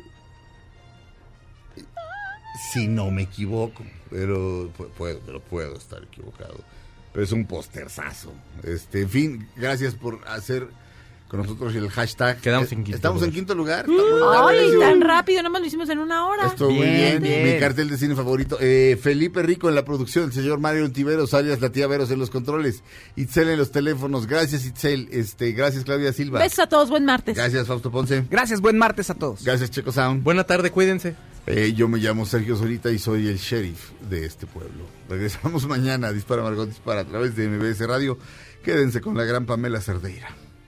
si no me equivoco, pero pu- puedo, pero puedo estar equivocado. Pero es un posterzazo. Este, en fin, gracias por hacer con nosotros el hashtag. Quedamos en quinto Estamos lugar. en quinto lugar. Estamos- Ay, buenísimo. tan rápido, nomás lo hicimos en una hora. Estuvo muy Bien, bien. bien. Mi cartel de cine favorito. Eh, Felipe Rico en la producción, el señor Mario Ontiveros, alias la tía Veros en los controles, Itzel en los teléfonos. Gracias, Itzel. Este, gracias, Claudia Silva. Besos a todos, buen martes. Gracias, Fausto Ponce. Gracias, buen martes a todos. Gracias, Checo Sound. Buena tarde, cuídense. Eh, yo me llamo Sergio Zurita y soy el sheriff de este pueblo. Regresamos mañana. Dispara Margot Dispara a través de M B S Radio. Quédense con la gran Pamela Cerdeira.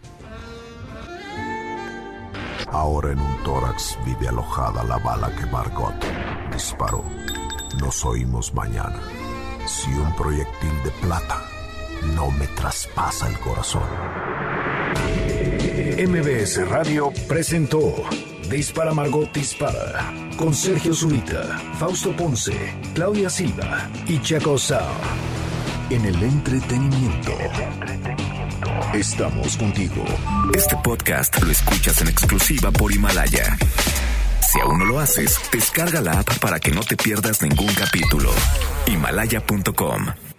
Ahora en un tórax vive alojada la bala que Margot disparó. Nos oímos mañana. Si un proyectil de plata no me traspasa el corazón. M B S Radio presentó Dispara Margot Dispara con Sergio Zurita, Fausto Ponce, Claudia Silva y Chaco Sao. En el entretenimiento. Estamos contigo. Este podcast lo escuchas en exclusiva por Himalaya. Si aún no lo haces, descarga la app para que no te pierdas ningún capítulo. Himalaya punto com